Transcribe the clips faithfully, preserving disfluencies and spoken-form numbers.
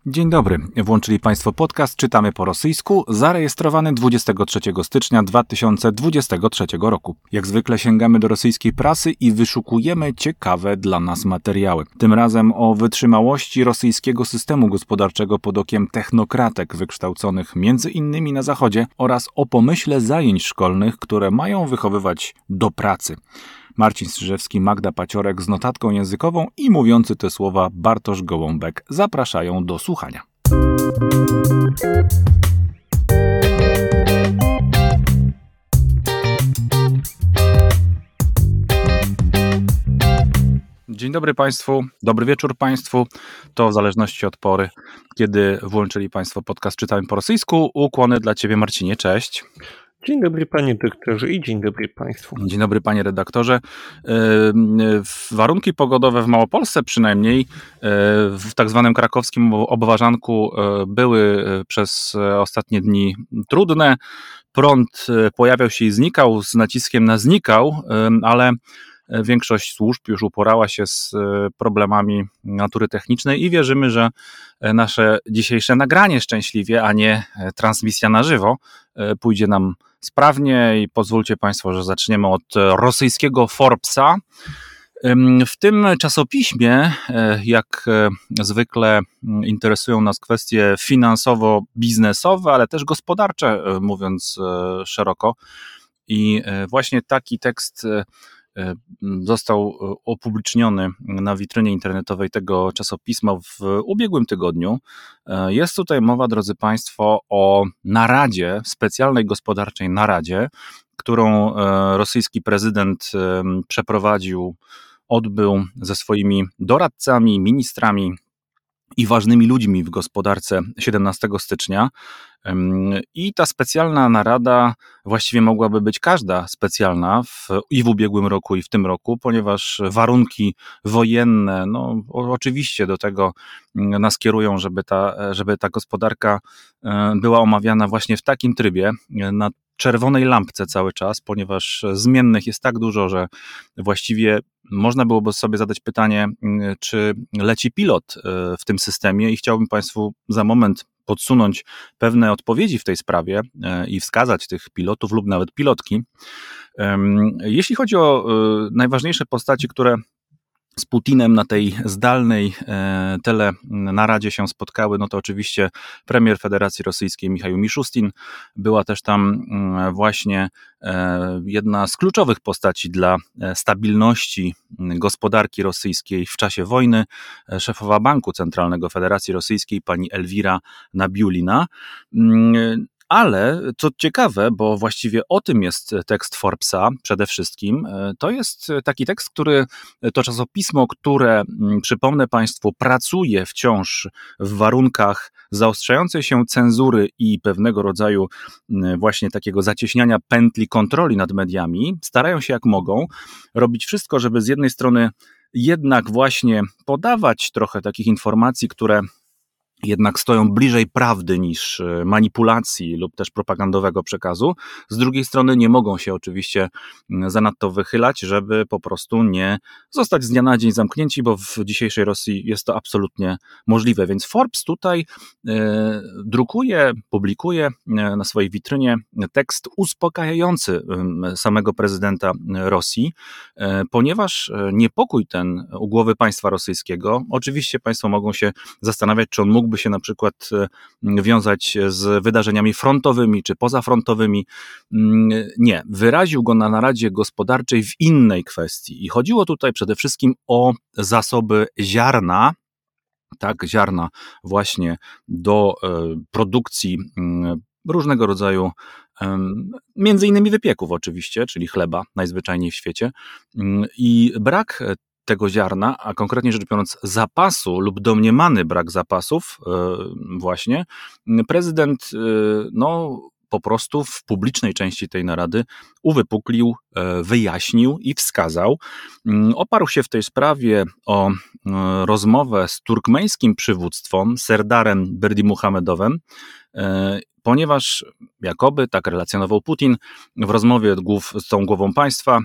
Dzień dobry. Włączyli Państwo podcast Czytamy po rosyjsku, zarejestrowany dwudziestego trzeciego stycznia dwa tysiące dwudziestego trzeciego roku. Jak zwykle sięgamy do rosyjskiej prasy i wyszukujemy ciekawe dla nas materiały. Tym razem o wytrzymałości rosyjskiego systemu gospodarczego pod okiem technokratek wykształconych między innymi na Zachodzie oraz o pomyśle zajęć szkolnych, które mają wychowywać do pracy. Marcin Strzyżewski, Magda Paciorek z notatką językową i mówiący te słowa Bartosz Gołąbek zapraszają do słuchania. Dzień dobry Państwu, dobry wieczór Państwu. To w zależności od pory, kiedy włączyli Państwo podcast Czytamy po rosyjsku. Ukłony dla Ciebie, Marcinie, cześć. Dzień dobry panie doktorze i dzień dobry państwu. Dzień dobry panie redaktorze. Warunki pogodowe w Małopolsce przynajmniej w tak zwanym krakowskim obwarzanku były przez ostatnie dni trudne. Prąd pojawiał się i znikał z naciskiem na znikał, ale większość służb już uporała się z problemami natury technicznej i wierzymy, że nasze dzisiejsze nagranie szczęśliwie, a nie transmisja na żywo, pójdzie nam sprawnie i pozwólcie Państwo, że zaczniemy od rosyjskiego Forbesa. W tym czasopiśmie, jak zwykle, interesują nas kwestie finansowo-biznesowe, ale też gospodarcze, mówiąc szeroko. I właśnie taki tekst został upubliczniony na witrynie internetowej tego czasopisma w ubiegłym tygodniu. Jest tutaj mowa, drodzy Państwo, o naradzie, specjalnej gospodarczej naradzie, którą rosyjski prezydent przeprowadził, odbył ze swoimi doradcami, ministrami i ważnymi ludźmi w gospodarce siedemnastego stycznia. I ta specjalna narada właściwie mogłaby być każda specjalna w, i w ubiegłym roku, i w tym roku, ponieważ warunki wojenne, no oczywiście do tego nas kierują, żeby ta, żeby ta gospodarka była omawiana właśnie w takim trybie, na czerwonej lampce cały czas, ponieważ zmiennych jest tak dużo, że właściwie można byłoby sobie zadać pytanie, czy leci pilot w tym systemie, i chciałbym Państwu za moment podsunąć pewne odpowiedzi w tej sprawie i wskazać tych pilotów lub nawet pilotki. Jeśli chodzi o najważniejsze postaci, które z Putinem na tej zdalnej e, telenaradzie się spotkały, no to oczywiście premier Federacji Rosyjskiej Michał Miszustin. Była też tam e, właśnie e, jedna z kluczowych postaci dla stabilności gospodarki rosyjskiej w czasie wojny, e, szefowa Banku Centralnego Federacji Rosyjskiej, pani Elwira Nabiulina. E, Ale co ciekawe, bo właściwie o tym jest tekst Forbesa przede wszystkim, to jest taki tekst, który to czasopismo, które, przypomnę Państwu, pracuje wciąż w warunkach zaostrzającej się cenzury i pewnego rodzaju właśnie takiego zacieśniania pętli kontroli nad mediami, starają się jak mogą robić wszystko, żeby z jednej strony jednak właśnie podawać trochę takich informacji, które jednak stoją bliżej prawdy niż manipulacji lub też propagandowego przekazu. Z drugiej strony nie mogą się oczywiście zanadto wychylać, żeby po prostu nie zostać z dnia na dzień zamknięci, bo w dzisiejszej Rosji jest to absolutnie możliwe. Więc Forbes tutaj e, drukuje, publikuje na swojej witrynie tekst uspokajający samego prezydenta Rosji, e, ponieważ niepokój ten u głowy państwa rosyjskiego, oczywiście Państwo mogą się zastanawiać, czy on mógł mógłby się na przykład wiązać z wydarzeniami frontowymi czy pozafrontowymi. Nie, wyraził go na naradzie gospodarczej w innej kwestii i chodziło tutaj przede wszystkim o zasoby ziarna, tak, ziarna właśnie do produkcji różnego rodzaju, między innymi wypieków oczywiście, czyli chleba najzwyczajniej w świecie, i brak tego ziarna, a konkretnie rzecz biorąc zapasu lub domniemany brak zapasów właśnie, prezydent no po prostu w publicznej części tej narady uwypuklił, wyjaśnił i wskazał. Oparł się w tej sprawie o rozmowę z turkmeńskim przywództwem, Serdarem Berdimuhamedowem, ponieważ jakoby, tak relacjonował Putin, w rozmowie głów, z tą głową państwa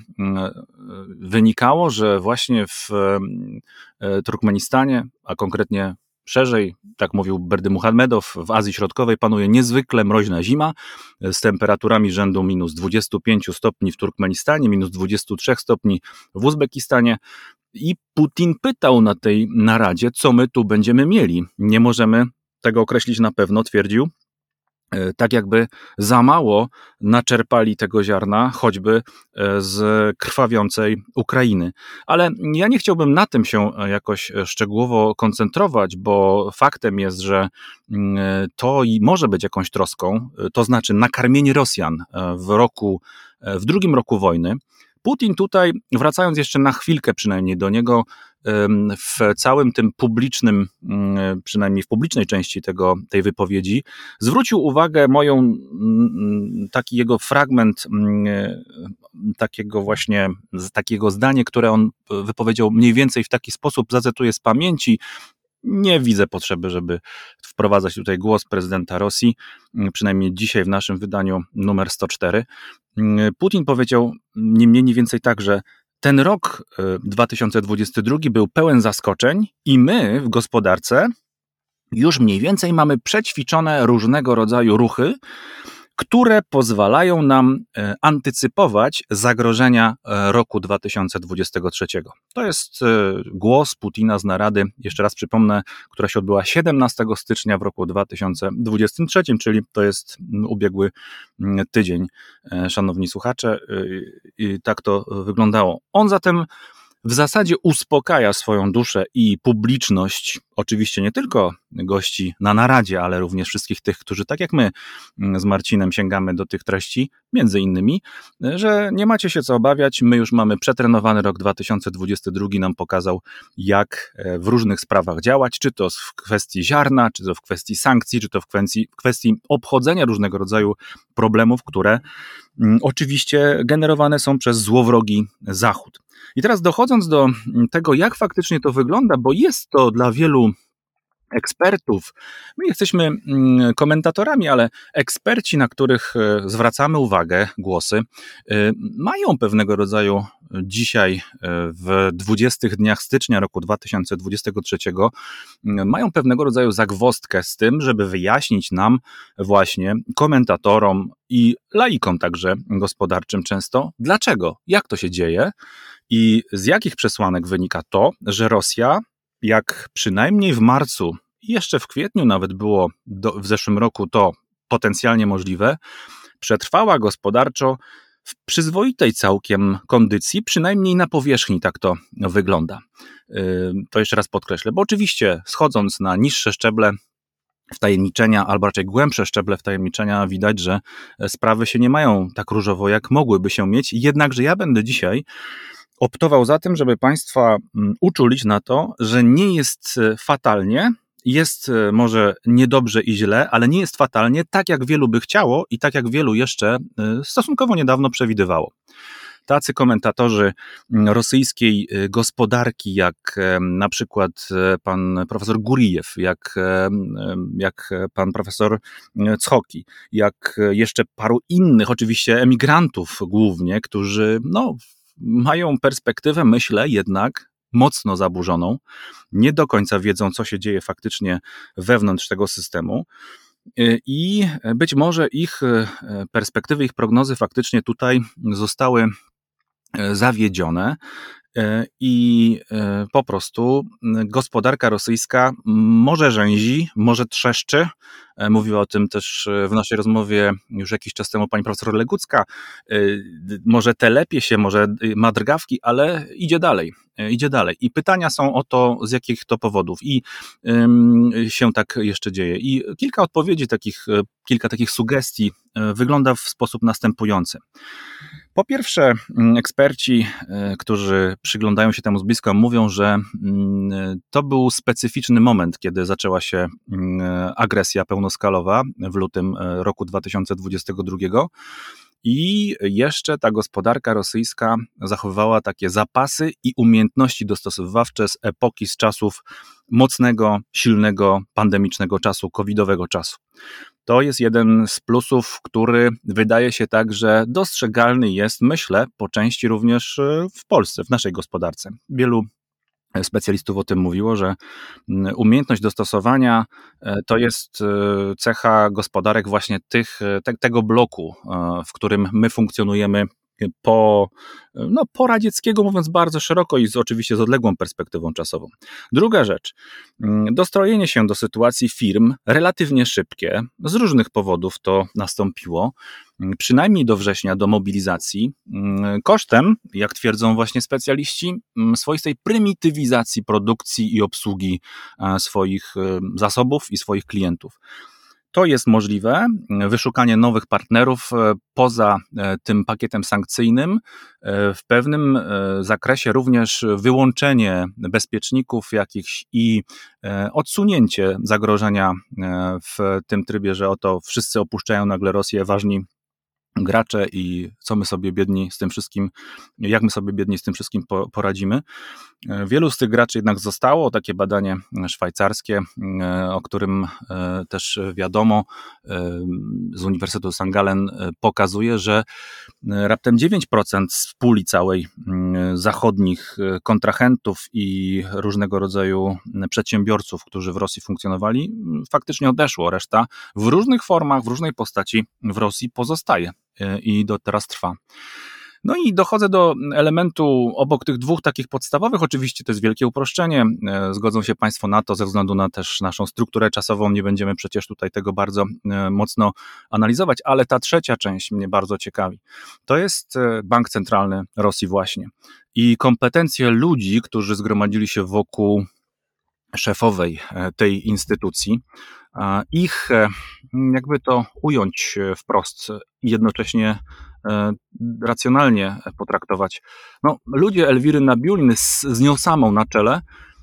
wynikało, że właśnie w Turkmenistanie, a konkretnie Szerzej, tak mówił Berdymuhamedow, w Azji Środkowej panuje niezwykle mroźna zima z temperaturami rzędu minus dwadzieścia pięć stopni w Turkmenistanie, minus dwadzieścia trzy stopni w Uzbekistanie. I Putin pytał na tej naradzie, co my tu będziemy mieli. Nie możemy tego określić na pewno, twierdził. Tak jakby za mało naczerpali tego ziarna, choćby z krwawiącej Ukrainy. Ale ja nie chciałbym na tym się jakoś szczegółowo koncentrować, bo faktem jest, że to i może być jakąś troską, to znaczy nakarmienie Rosjan w roku, w drugim roku wojny. Putin tutaj, wracając jeszcze na chwilkę przynajmniej do niego, w całym tym publicznym, przynajmniej w publicznej części tego, tej wypowiedzi, zwrócił uwagę moją, taki jego fragment takiego właśnie, takiego zdania, które on wypowiedział mniej więcej w taki sposób, zacytuję z pamięci. Nie widzę potrzeby, żeby wprowadzać tutaj głos prezydenta Rosji, przynajmniej dzisiaj w naszym wydaniu numer sto cztery. Putin powiedział nie mniej, nie więcej tak, że ten rok dwa tysiące dwudziesty drugi był pełen zaskoczeń i my w gospodarce już mniej więcej mamy przećwiczone różnego rodzaju ruchy, które pozwalają nam antycypować zagrożenia roku dwa tysiące dwudziestego trzeciego. To jest głos Putina z narady, jeszcze raz przypomnę, która się odbyła siedemnastego stycznia w roku dwa tysiące dwudziestym trzecim, czyli to jest ubiegły tydzień, szanowni słuchacze, i tak to wyglądało. On zatem w zasadzie uspokaja swoją duszę i publiczność, oczywiście nie tylko gości na naradzie, ale również wszystkich tych, którzy tak jak my z Marcinem sięgamy do tych treści, między innymi, że nie macie się co obawiać, my już mamy przetrenowany rok dwa tysiące dwudziesty drugi, nam pokazał, jak w różnych sprawach działać, czy to w kwestii ziarna, czy to w kwestii sankcji, czy to w kwestii, w kwestii obchodzenia różnego rodzaju problemów, które oczywiście generowane są przez złowrogi Zachód. I teraz dochodząc do tego, jak faktycznie to wygląda, bo jest to dla wielu ekspertów, my jesteśmy komentatorami, ale eksperci, na których zwracamy uwagę, głosy, mają pewnego rodzaju dzisiaj w dwudziestych dniach stycznia roku dwa tysiące dwudziestego trzeciego mają pewnego rodzaju zagwozdkę z tym, żeby wyjaśnić nam właśnie, komentatorom i laikom także gospodarczym często, dlaczego, jak to się dzieje i z jakich przesłanek wynika to, że Rosja, jak przynajmniej w marcu i jeszcze w kwietniu nawet było do, w zeszłym roku to potencjalnie możliwe, przetrwała gospodarczo w przyzwoitej całkiem kondycji, przynajmniej na powierzchni tak to wygląda. To jeszcze raz podkreślę, bo oczywiście schodząc na niższe szczeble wtajemniczenia, albo raczej głębsze szczeble wtajemniczenia, widać, że sprawy się nie mają tak różowo, jak mogłyby się mieć, jednakże ja będę dzisiaj optował za tym, żeby Państwa uczulić na to, że nie jest fatalnie, jest może niedobrze i źle, ale nie jest fatalnie tak, jak wielu by chciało i tak, jak wielu jeszcze stosunkowo niedawno przewidywało. Tacy komentatorzy rosyjskiej gospodarki, jak na przykład pan profesor Gurijew, jak, jak pan profesor Cchoki, jak jeszcze paru innych, oczywiście emigrantów głównie, którzy no, mają perspektywę, myślę, jednak mocno zaburzoną, nie do końca wiedzą, co się dzieje faktycznie wewnątrz tego systemu i być może ich perspektywy, ich prognozy faktycznie tutaj zostały zawiedzione i po prostu gospodarka rosyjska może rzęzi, może trzeszczy. Mówiła o tym też w naszej rozmowie już jakiś czas temu pani profesor Legucka. Może telepie się, może ma drgawki, ale idzie dalej. Idzie dalej. I pytania są o to, z jakich to powodów i się tak jeszcze dzieje. I kilka odpowiedzi, takich, kilka takich sugestii wygląda w sposób następujący. Po pierwsze, eksperci, którzy przyglądają się temu z bliska, mówią, że to był specyficzny moment, kiedy zaczęła się agresja pełnoskalowa w lutym roku dwa tysiące dwudziestego drugiego i jeszcze ta gospodarka rosyjska zachowywała takie zapasy i umiejętności dostosowywawcze z epoki, z czasów mocnego, silnego, pandemicznego czasu, covidowego czasu. To jest jeden z plusów, który wydaje się także dostrzegalny jest, myślę, po części również w Polsce, w naszej gospodarce. Wielu specjalistów o tym mówiło, że umiejętność dostosowania to jest cecha gospodarek właśnie tych, te, tego bloku, w którym my funkcjonujemy po, no, po radzieckiego, mówiąc bardzo szeroko i z, oczywiście z odległą perspektywą czasową. Druga rzecz, dostrojenie się do sytuacji firm relatywnie szybkie, z różnych powodów to nastąpiło, przynajmniej do września, do mobilizacji, kosztem, jak twierdzą właśnie specjaliści, swoistej prymitywizacji produkcji i obsługi swoich zasobów i swoich klientów. To jest możliwe, wyszukanie nowych partnerów poza tym pakietem sankcyjnym, w pewnym zakresie również wyłączenie bezpieczników jakichś i odsunięcie zagrożenia w tym trybie, że oto wszyscy opuszczają nagle Rosję, ważni gracze i co my sobie biedni z tym wszystkim, jak my sobie biedni z tym wszystkim poradzimy. Wielu z tych graczy jednak zostało, takie badanie szwajcarskie, o którym też wiadomo z Uniwersytetu Sankt Gallen pokazuje, że raptem dziewięć procent z puli całej zachodnich kontrahentów i różnego rodzaju przedsiębiorców, którzy w Rosji funkcjonowali, faktycznie odeszło. Reszta w różnych formach, w różnej postaci w Rosji pozostaje i do teraz trwa. No i dochodzę do elementu obok tych dwóch takich podstawowych, oczywiście to jest wielkie uproszczenie, zgodzą się Państwo na to, ze względu na też naszą strukturę czasową, nie będziemy przecież tutaj tego bardzo mocno analizować, ale ta trzecia część mnie bardzo ciekawi. To jest Bank Centralny Rosji właśnie i kompetencje ludzi, którzy zgromadzili się wokół szefowej tej instytucji, ich, jakby to ująć wprost i jednocześnie racjonalnie potraktować. No, ludzie Elwiry Nabiulin z, z nią samą na czele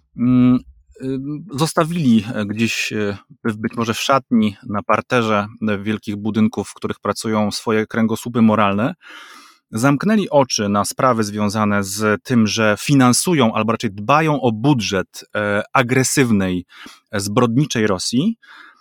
zostawili gdzieś być może w szatni, na parterze wielkich budynków, w których pracują, swoje kręgosłupy moralne, zamknęli oczy na sprawy związane z tym, że finansują albo raczej dbają o budżet agresywnej, zbrodniczej Rosji,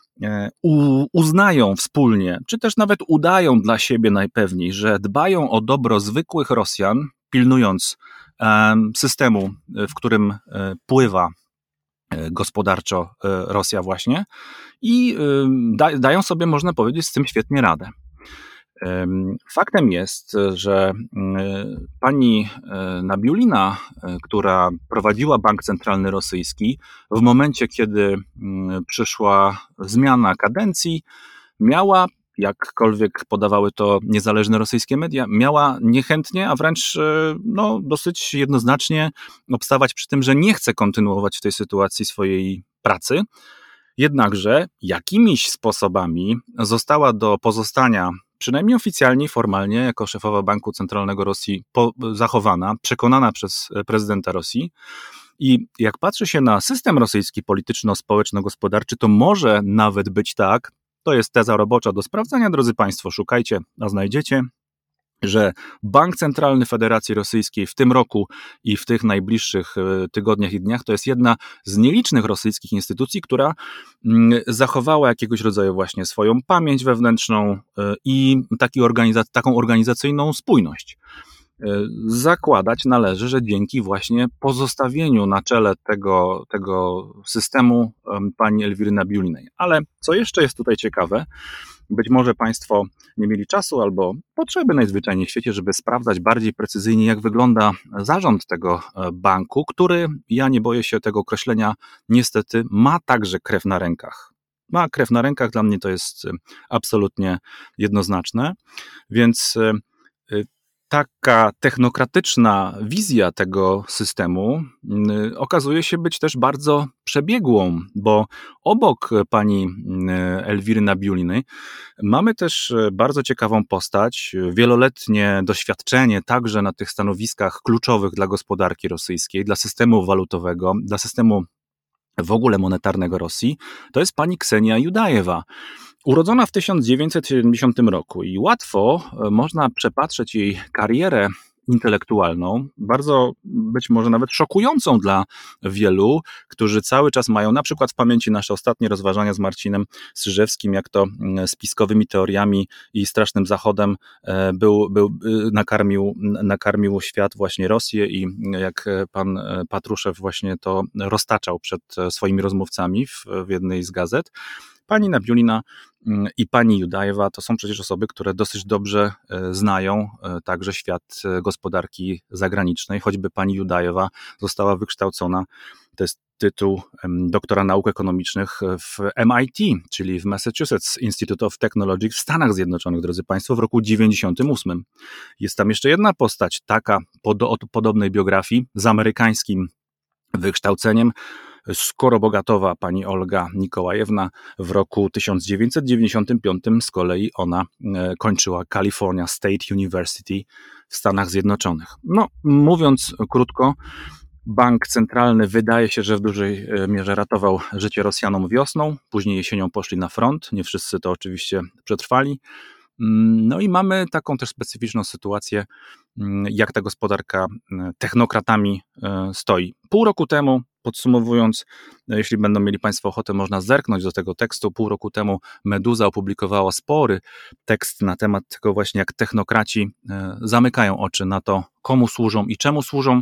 uznają wspólnie, czy też nawet udają dla siebie najpewniej, że dbają o dobro zwykłych Rosjan, pilnując systemu, w którym pływa gospodarczo Rosja właśnie i dają sobie, można powiedzieć, z tym świetnie radę. Faktem jest, że pani Nabiulina, która prowadziła Bank Centralny Rosyjski, w momencie, kiedy przyszła zmiana kadencji, miała, jakkolwiek podawały to niezależne rosyjskie media, miała niechętnie, a wręcz no, dosyć jednoznacznie obstawać przy tym, że nie chce kontynuować w tej sytuacji swojej pracy. Jednakże jakimiś sposobami została do pozostania, przynajmniej oficjalnie i formalnie, jako szefowa Banku Centralnego Rosji po, zachowana, przekonana przez prezydenta Rosji. I jak patrzy się na system rosyjski polityczno-społeczno-gospodarczy, to może nawet być tak, to jest teza robocza do sprawdzenia, drodzy Państwo, szukajcie, a znajdziecie, że Bank Centralny Federacji Rosyjskiej w tym roku i w tych najbliższych tygodniach i dniach to jest jedna z nielicznych rosyjskich instytucji, która zachowała jakiegoś rodzaju właśnie swoją pamięć wewnętrzną i taki organizac- taką organizacyjną spójność. Zakładać należy, że dzięki właśnie pozostawieniu na czele tego, tego systemu pani Elwiry Nabiulinej. Ale co jeszcze jest tutaj ciekawe, być może Państwo nie mieli czasu albo potrzeby najzwyczajniej w świecie, żeby sprawdzać bardziej precyzyjnie, jak wygląda zarząd tego banku, który, ja nie boję się tego określenia, niestety ma także krew na rękach. Ma krew na rękach, dla mnie to jest absolutnie jednoznaczne, więc taka technokratyczna wizja tego systemu okazuje się być też bardzo przebiegłą, bo obok pani Elwiry Nabiuliny mamy też bardzo ciekawą postać, wieloletnie doświadczenie także na tych stanowiskach kluczowych dla gospodarki rosyjskiej, dla systemu walutowego, dla systemu w ogóle monetarnego Rosji, to jest pani Ksenia Judajewa. Urodzona w tysiąc dziewięćset siedemdziesiątym roku i łatwo można przepatrzeć jej karierę intelektualną, bardzo być może nawet szokującą dla wielu, którzy cały czas mają na przykład w pamięci nasze ostatnie rozważania z Marcinem Strzyżewskim, jak to spiskowymi teoriami i strasznym zachodem był, był, nakarmił, nakarmił świat właśnie Rosję i jak pan Patruszew właśnie to roztaczał przed swoimi rozmówcami w, w jednej z gazet. Pani Nabiulina i pani Judajewa to są przecież osoby, które dosyć dobrze znają także świat gospodarki zagranicznej, choćby pani Judajewa została wykształcona, to jest tytuł doktora nauk ekonomicznych w M I T, czyli w Massachusetts Institute of Technology w Stanach Zjednoczonych, drodzy państwo, w roku dziewięćdziesiątym ósmym. Jest tam jeszcze jedna postać, taka pod, o podobnej biografii, z amerykańskim wykształceniem, Skorobogatowa pani Olga Nikołajewna. W roku tysiąc dziewięćset dziewięćdziesiątym piątym z kolei ona kończyła California State University w Stanach Zjednoczonych. No, mówiąc krótko, bank centralny wydaje się, że w dużej mierze ratował życie Rosjanom wiosną, później jesienią poszli na front, nie wszyscy to oczywiście przetrwali. No i mamy taką też specyficzną sytuację, jak ta gospodarka technokratami stoi. Pół roku temu, podsumowując, jeśli będą mieli państwo ochotę, można zerknąć do tego tekstu. Pół roku temu Meduza opublikowała spory tekst na temat tego właśnie, jak technokraci zamykają oczy na to, komu służą i czemu służą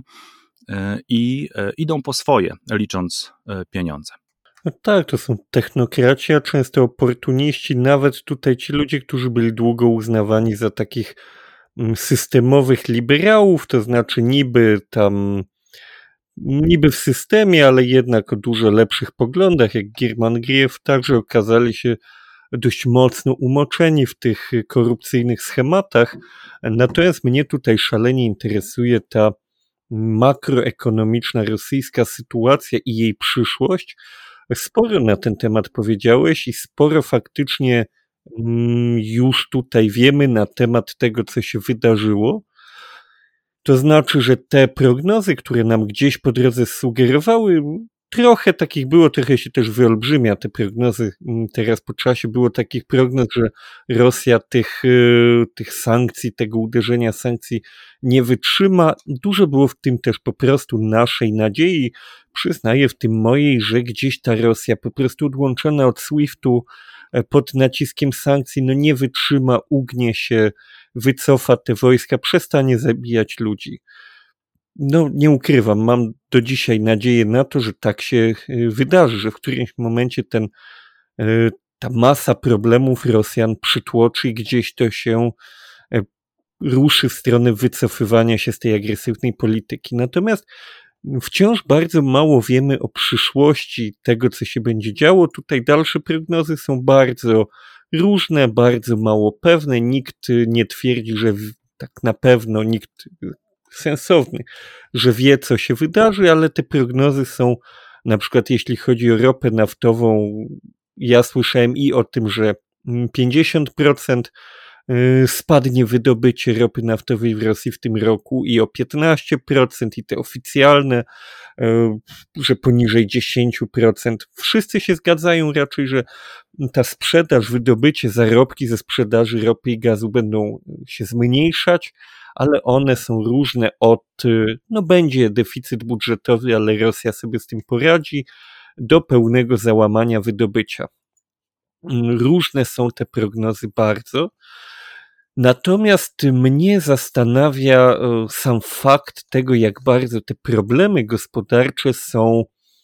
i idą po swoje, licząc pieniądze. No tak, to są technokraci, a często oportuniści, nawet tutaj ci ludzie, którzy byli długo uznawani za takich systemowych liberałów, to znaczy niby tam, niby w systemie, ale jednak o dużo lepszych poglądach, jak German Griew, także okazali się dość mocno umoczeni w tych korupcyjnych schematach. Natomiast mnie tutaj szalenie interesuje ta makroekonomiczna rosyjska sytuacja i jej przyszłość. Sporo na ten temat powiedziałeś i sporo faktycznie już tutaj wiemy na temat tego, co się wydarzyło. To znaczy, że te prognozy, które nam gdzieś po drodze sugerowały, trochę takich było, trochę się też wyolbrzymia te prognozy. Teraz po czasie było takich prognoz, że Rosja tych, tych sankcji, tego uderzenia sankcji nie wytrzyma. Dużo było w tym też po prostu naszej nadziei. Przyznaję w tym mojej, że gdzieś ta Rosja po prostu odłączona od swiftu pod naciskiem sankcji, no nie wytrzyma, ugnie się, wycofa te wojska, przestanie zabijać ludzi. No nie ukrywam, mam do dzisiaj nadzieję na to, że tak się wydarzy, że w którymś momencie ten, ta masa problemów Rosjan przytłoczy i gdzieś to się ruszy w stronę wycofywania się z tej agresywnej polityki. Natomiast wciąż bardzo mało wiemy o przyszłości tego, co się będzie działo. Tutaj dalsze prognozy są bardzo różne, bardzo mało pewne. Nikt nie twierdzi, że tak na pewno, nikt sensowny, że wie, co się wydarzy, ale te prognozy są, na przykład jeśli chodzi o ropę naftową, ja słyszałem i o tym, że pięćdziesiąt procent spadnie wydobycie ropy naftowej w Rosji w tym roku i o piętnaście procent i te oficjalne, że poniżej dziesięć procent. Wszyscy się zgadzają raczej, że ta sprzedaż, wydobycie, zarobki ze sprzedaży ropy i gazu będą się zmniejszać, ale one są różne od, no będzie deficyt budżetowy, ale Rosja sobie z tym poradzi, do pełnego załamania wydobycia. Różne są te prognozy bardzo. Natomiast mnie zastanawia sam fakt tego, jak bardzo te problemy gospodarcze są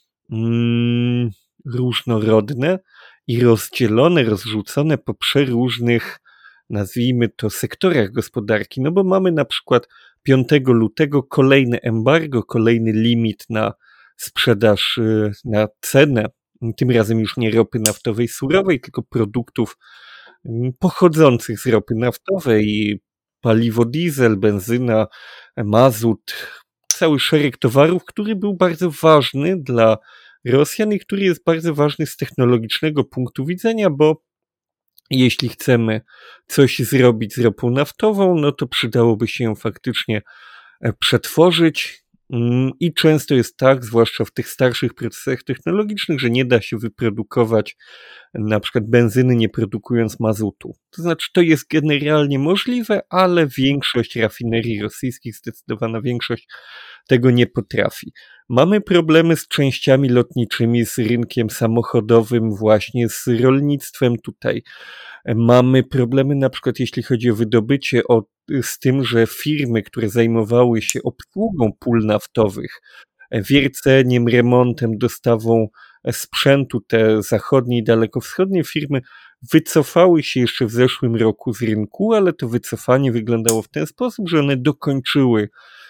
mm, różnorodne i rozdzielone, rozrzucone po przeróżnych, nazwijmy to, sektorach gospodarki. No bo mamy na przykład piątego lutego kolejne embargo, kolejny limit na sprzedaż, na cenę, tym razem już nie ropy naftowej surowej, tylko produktów pochodzących z ropy naftowej, paliwo diesel, benzyna, mazut, cały szereg towarów, który był bardzo ważny dla Rosjan i który jest bardzo ważny z technologicznego punktu widzenia, bo jeśli chcemy coś zrobić z ropą naftową, no to przydałoby się ją faktycznie przetworzyć, I często jest tak, zwłaszcza w tych starszych procesach technologicznych, że nie da się wyprodukować na przykład benzyny, nie produkując mazutu. To znaczy, to jest generalnie możliwe, ale większość rafinerii rosyjskich, zdecydowana większość tego nie potrafi. Mamy problemy z częściami lotniczymi, z rynkiem samochodowym, właśnie z rolnictwem tutaj. Mamy problemy na przykład jeśli chodzi o wydobycie, o, z tym, że firmy, które zajmowały się obsługą pól naftowych, wierceniem, remontem, dostawą sprzętu, te zachodnie i dalekowschodnie firmy wycofały się jeszcze w zeszłym roku z rynku, ale to wycofanie wyglądało w ten sposób, że one dokończyły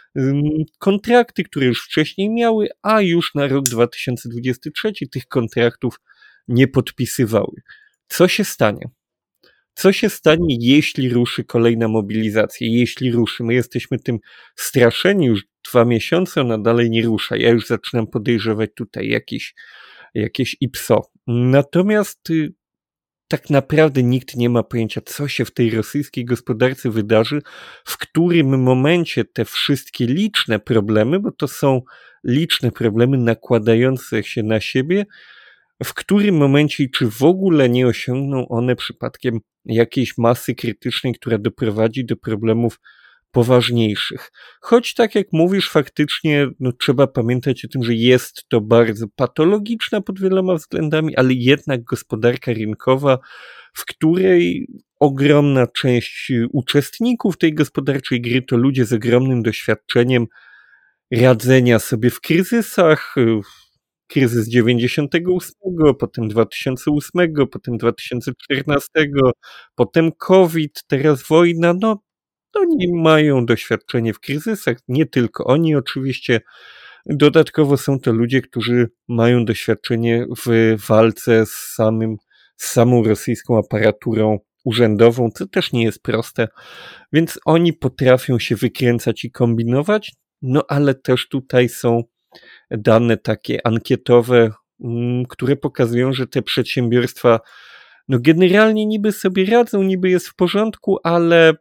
kontrakty, które już wcześniej miały, a już na rok dwa tysiące dwudziesty trzeci tych kontraktów nie podpisywały. Co się stanie? Co się stanie, jeśli ruszy kolejna mobilizacja? Jeśli ruszy, my jesteśmy tym straszeni już dwa miesiące, ona dalej nie rusza. Ja już zaczynam podejrzewać tutaj jakieś, jakieś I P S O. Natomiast y, tak naprawdę nikt nie ma pojęcia, co się w tej rosyjskiej gospodarce wydarzy, w którym momencie te wszystkie liczne problemy, bo to są liczne problemy nakładające się na siebie, w którym momencie i czy w ogóle nie osiągną one przypadkiem jakiejś masy krytycznej, która doprowadzi do problemów poważniejszych. Choć tak jak mówisz, faktycznie no, trzeba pamiętać o tym, że jest to bardzo patologiczna pod wieloma względami, ale jednak gospodarka rynkowa, w której ogromna część uczestników tej gospodarczej gry to ludzie z ogromnym doświadczeniem radzenia sobie w kryzysach, kryzys dziewięćdziesiątego ósmego, potem dwa tysiące ósmego, potem dwa tysiące czternastego, potem COVID, teraz wojna, no oni mają doświadczenie w kryzysach, nie tylko oni oczywiście, dodatkowo są to ludzie, którzy mają doświadczenie w walce z samym, z samą rosyjską aparaturą urzędową, co też nie jest proste, więc oni potrafią się wykręcać i kombinować, no ale też tutaj są dane takie ankietowe, które pokazują, że te przedsiębiorstwa no generalnie niby sobie radzą, niby jest w porządku, ale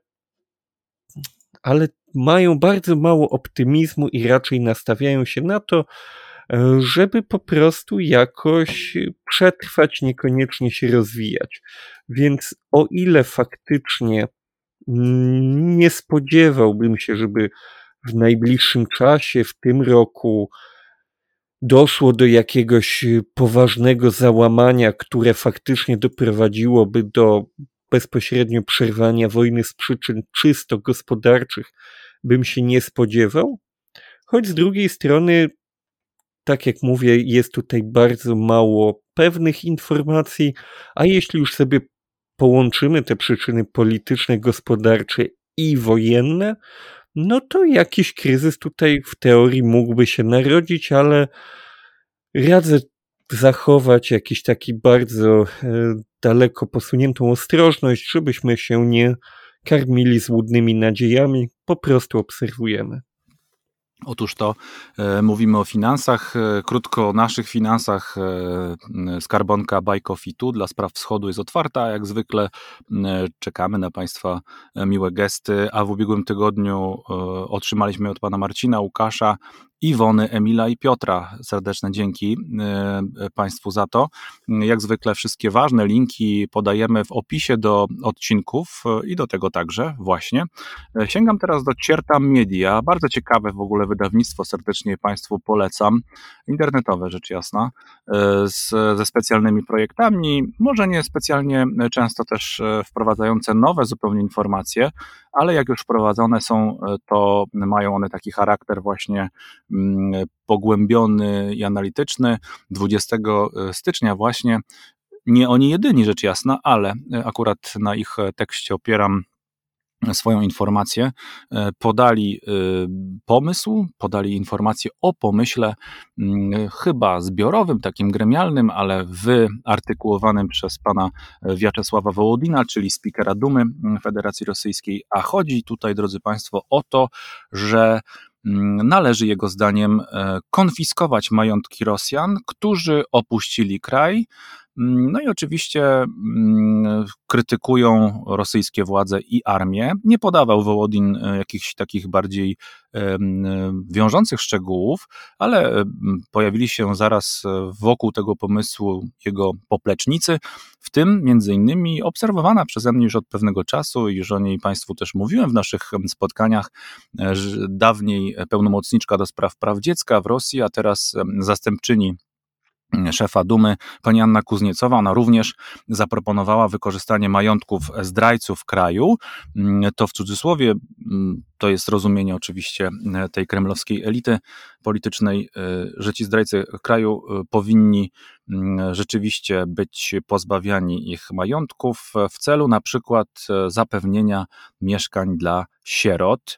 ale mają bardzo mało optymizmu i raczej nastawiają się na to, żeby po prostu jakoś przetrwać, niekoniecznie się rozwijać. Więc o ile faktycznie nie spodziewałbym się, żeby w najbliższym czasie, w tym roku doszło do jakiegoś poważnego załamania, które faktycznie doprowadziłoby do bezpośrednio przerwania wojny z przyczyn czysto gospodarczych, bym się nie spodziewał. Choć z drugiej strony, tak jak mówię, jest tutaj bardzo mało pewnych informacji, a jeśli już sobie połączymy te przyczyny polityczne, gospodarcze i wojenne, no to jakiś kryzys tutaj w teorii mógłby się narodzić, ale radzę zachować jakiś taki bardzo daleko posuniętą ostrożność, żebyśmy się nie karmili złudnymi nadziejami, po prostu obserwujemy. Otóż to e, mówimy o finansach, e, krótko o naszych finansach. E, skarbonka Buy Coffee Tu dla spraw wschodu jest otwarta, jak zwykle e, czekamy na Państwa miłe gesty, a w ubiegłym tygodniu e, otrzymaliśmy od Pana Marcina, Łukasza, Iwony, Emila i Piotra. Serdeczne dzięki e, Państwu za to. Jak zwykle wszystkie ważne linki podajemy w opisie do odcinków e, i do tego także właśnie. E, sięgam teraz do Ciertam Media, bardzo ciekawe w ogóle wydawnictwo, serdecznie Państwu polecam, internetowe rzecz jasna, z, ze specjalnymi projektami, może nie specjalnie często też wprowadzające nowe zupełnie informacje, ale jak już wprowadzone są, to mają one taki charakter właśnie pogłębiony i analityczny. dwudziestego stycznia właśnie, nie oni jedyni rzecz jasna, ale akurat na ich tekście opieram swoją informację, podali pomysł, podali informację o pomyśle chyba zbiorowym, takim gremialnym, ale wyartykułowanym przez pana Wiaczesława Wołodina, czyli speakera Dumy Federacji Rosyjskiej, a chodzi tutaj, drodzy Państwo, o to, że należy jego zdaniem konfiskować majątki Rosjan, którzy opuścili kraj, No i oczywiście krytykują rosyjskie władze i armię. Nie podawał Wołodin jakichś takich bardziej wiążących szczegółów, ale pojawili się zaraz wokół tego pomysłu jego poplecznicy, w tym między innymi obserwowana przeze mnie już od pewnego czasu i już o niej Państwu też mówiłem w naszych spotkaniach, dawniej pełnomocniczka do spraw praw dziecka w Rosji, a teraz zastępczyni szefa Dumy, pani Anna Kuzniecowa. Ona również zaproponowała wykorzystanie majątków zdrajców kraju. To w cudzysłowie, to jest rozumienie oczywiście tej kremlowskiej elity politycznej, że ci zdrajcy kraju powinni rzeczywiście być pozbawiani ich majątków w celu na przykład zapewnienia mieszkań dla sierot.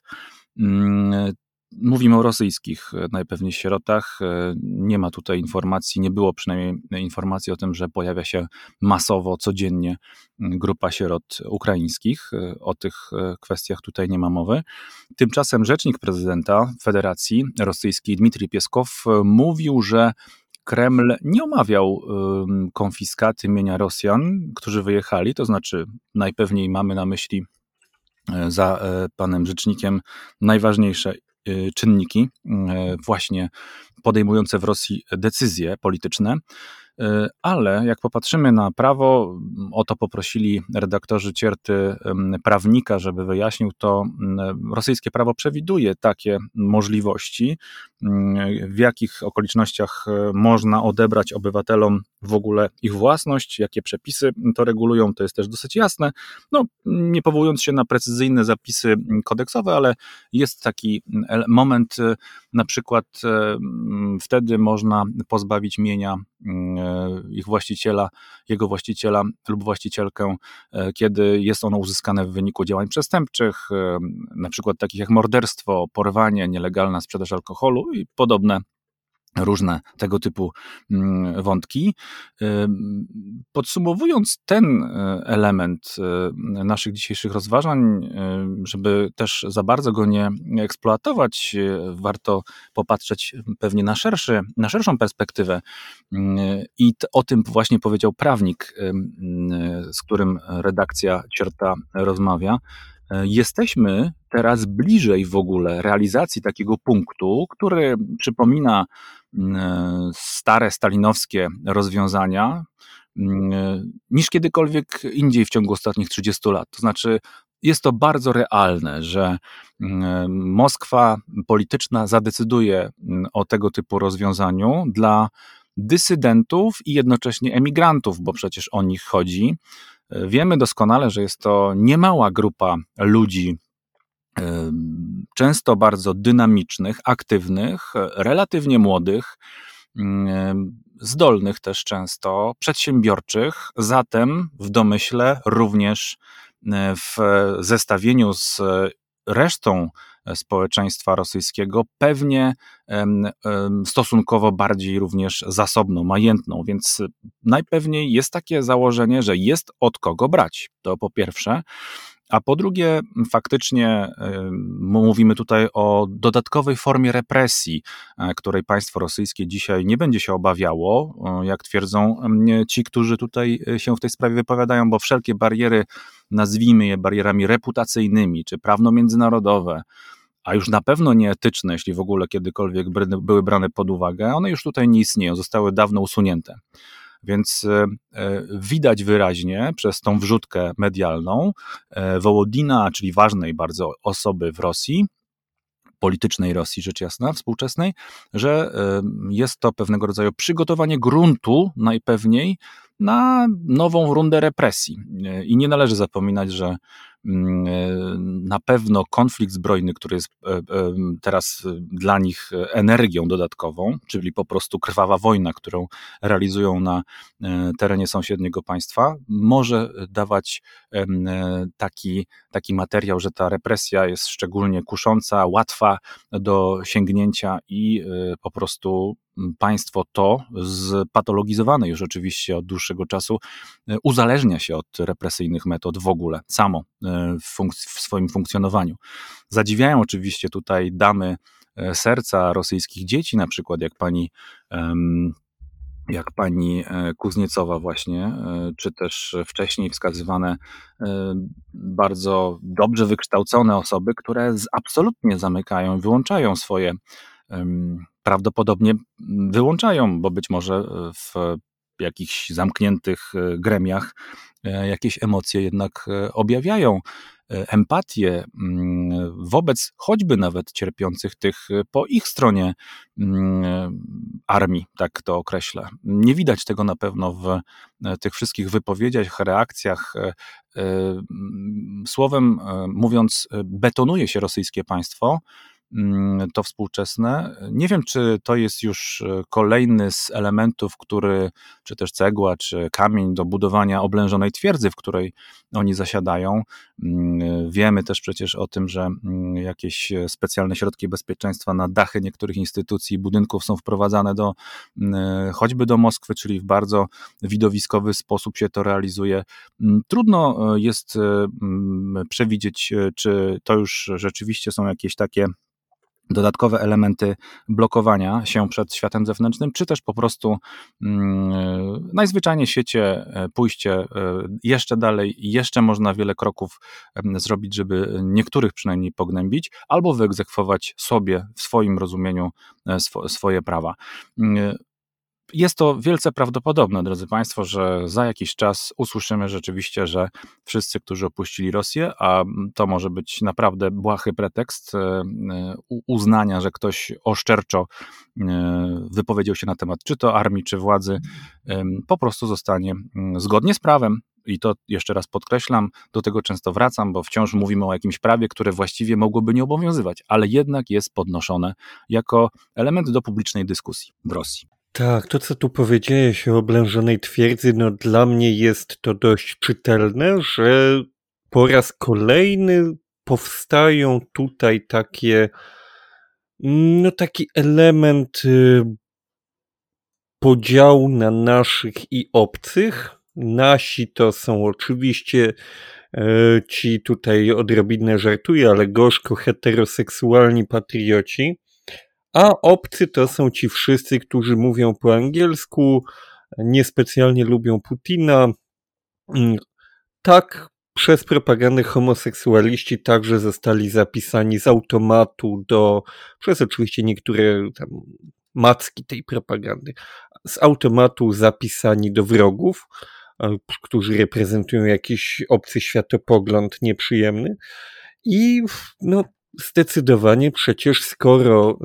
Mówimy o rosyjskich najpewniej sierotach. Nie ma tutaj informacji, nie było przynajmniej informacji o tym, że pojawia się masowo, codziennie grupa sierot ukraińskich. O tych kwestiach tutaj nie ma mowy. Tymczasem rzecznik prezydenta Federacji Rosyjskiej Dmitrij Pieskow mówił, że Kreml nie omawiał konfiskaty mienia Rosjan, którzy wyjechali, to znaczy najpewniej mamy na myśli za panem rzecznikiem najważniejsze czynniki właśnie podejmujące w Rosji decyzje polityczne, ale jak popatrzymy na prawo, o to poprosili redaktorzy Cierty prawnika, żeby wyjaśnił to, rosyjskie prawo przewiduje takie możliwości, w jakich okolicznościach można odebrać obywatelom w ogóle ich własność, jakie przepisy to regulują, to jest też dosyć jasne, no nie powołując się na precyzyjne zapisy kodeksowe, ale jest taki moment, na przykład wtedy można pozbawić mienia ich właściciela, jego właściciela lub właścicielkę, kiedy jest ono uzyskane w wyniku działań przestępczych, na przykład takich jak morderstwo, porwanie, nielegalna sprzedaż alkoholu i podobne różne tego typu wątki. Podsumowując ten element naszych dzisiejszych rozważań, żeby też za bardzo go nie eksploatować, warto popatrzeć pewnie na, szerszy, na szerszą perspektywę i o tym właśnie powiedział prawnik, z którym redakcja Cierta rozmawia. Jesteśmy teraz bliżej w ogóle realizacji takiego punktu, który przypomina stare stalinowskie rozwiązania, niż kiedykolwiek indziej w ciągu ostatnich trzydziestu lat. To znaczy jest to bardzo realne, że Moskwa polityczna zadecyduje o tego typu rozwiązaniu dla dysydentów i jednocześnie emigrantów, bo przecież o nich chodzi. Wiemy doskonale, że jest to niemała grupa ludzi, często bardzo dynamicznych, aktywnych, relatywnie młodych, zdolnych też często, przedsiębiorczych, zatem w domyśle również w zestawieniu z resztą społeczeństwa rosyjskiego pewnie stosunkowo bardziej również zasobną, majętną, więc najpewniej jest takie założenie, że jest od kogo brać, to po pierwsze. A po drugie, faktycznie mówimy tutaj o dodatkowej formie represji, której państwo rosyjskie dzisiaj nie będzie się obawiało, jak twierdzą ci, którzy tutaj się w tej sprawie wypowiadają, bo wszelkie bariery, nazwijmy je barierami reputacyjnymi czy prawno-międzynarodowe, a już na pewno nieetyczne, jeśli w ogóle kiedykolwiek były brane pod uwagę, one już tutaj nie istnieją, zostały dawno usunięte. Więc widać wyraźnie przez tą wrzutkę medialną Wołodina, czyli ważnej bardzo osoby w Rosji, politycznej Rosji, rzecz jasna, współczesnej, że jest to pewnego rodzaju przygotowanie gruntu najpewniej na nową rundę represji. I nie należy zapominać, że na pewno konflikt zbrojny, który jest teraz dla nich energią dodatkową, czyli po prostu krwawa wojna, którą realizują na terenie sąsiedniego państwa, może dawać taki, taki materiał, że ta represja jest szczególnie kusząca, łatwa do sięgnięcia i po prostu państwo to, spatologizowane już oczywiście od dłuższego czasu, uzależnia się od represyjnych metod w ogóle, samo w, funk- w swoim funkcjonowaniu. Zadziwiają oczywiście tutaj damy serca rosyjskich dzieci, na przykład jak pani um, jak pani Kuzniecowa właśnie, czy też wcześniej wskazywane bardzo dobrze wykształcone osoby, które absolutnie zamykają, wyłączają swoje, prawdopodobnie wyłączają, bo być może w jakichś zamkniętych gremiach jakieś emocje jednak objawiają, empatię wobec choćby nawet cierpiących tych po ich stronie armii, tak to określę. Nie widać tego na pewno w tych wszystkich wypowiedziach, reakcjach. Słowem mówiąc, betonuje się rosyjskie państwo, to współczesne. Nie wiem, czy to jest już kolejny z elementów, który, czy też cegła, czy kamień do budowania oblężonej twierdzy, w której oni zasiadają. Wiemy też przecież o tym, że jakieś specjalne środki bezpieczeństwa na dachy niektórych instytucji i budynków są wprowadzane do, choćby do Moskwy, czyli w bardzo widowiskowy sposób się to realizuje. Trudno jest przewidzieć, czy to już rzeczywiście są jakieś takie dodatkowe elementy blokowania się przed światem zewnętrznym, czy też po prostu mm, najzwyczajniej w świecie pójście jeszcze dalej, jeszcze można wiele kroków zrobić, żeby niektórych przynajmniej pognębić, albo wyegzekwować sobie w swoim rozumieniu swo, swoje prawa. Jest to wielce prawdopodobne, drodzy Państwo, że za jakiś czas usłyszymy rzeczywiście, że wszyscy, którzy opuścili Rosję, a to może być naprawdę błahy pretekst uznania, że ktoś oszczerczo wypowiedział się na temat czy to armii, czy władzy, po prostu zostanie zgodnie z prawem. I to jeszcze raz podkreślam, do tego często wracam, bo wciąż mówimy o jakimś prawie, które właściwie mogłoby nie obowiązywać, ale jednak jest podnoszone jako element do publicznej dyskusji w Rosji. Tak, to co tu powiedziałeś o oblężonej twierdzy, no dla mnie jest to dość czytelne, że po raz kolejny powstają tutaj takie, no taki element podziału na naszych i obcych. Nasi to są oczywiście ci, tutaj odrobinę żartuję, ale gorzko heteroseksualni patrioci, a obcy to są ci wszyscy, którzy mówią po angielsku, niespecjalnie lubią Putina. Tak, przez propagandę homoseksualiści także zostali zapisani z automatu do, przez oczywiście niektóre tam macki tej propagandy, z automatu zapisani do wrogów, którzy reprezentują jakiś obcy światopogląd nieprzyjemny. I no zdecydowanie przecież skoro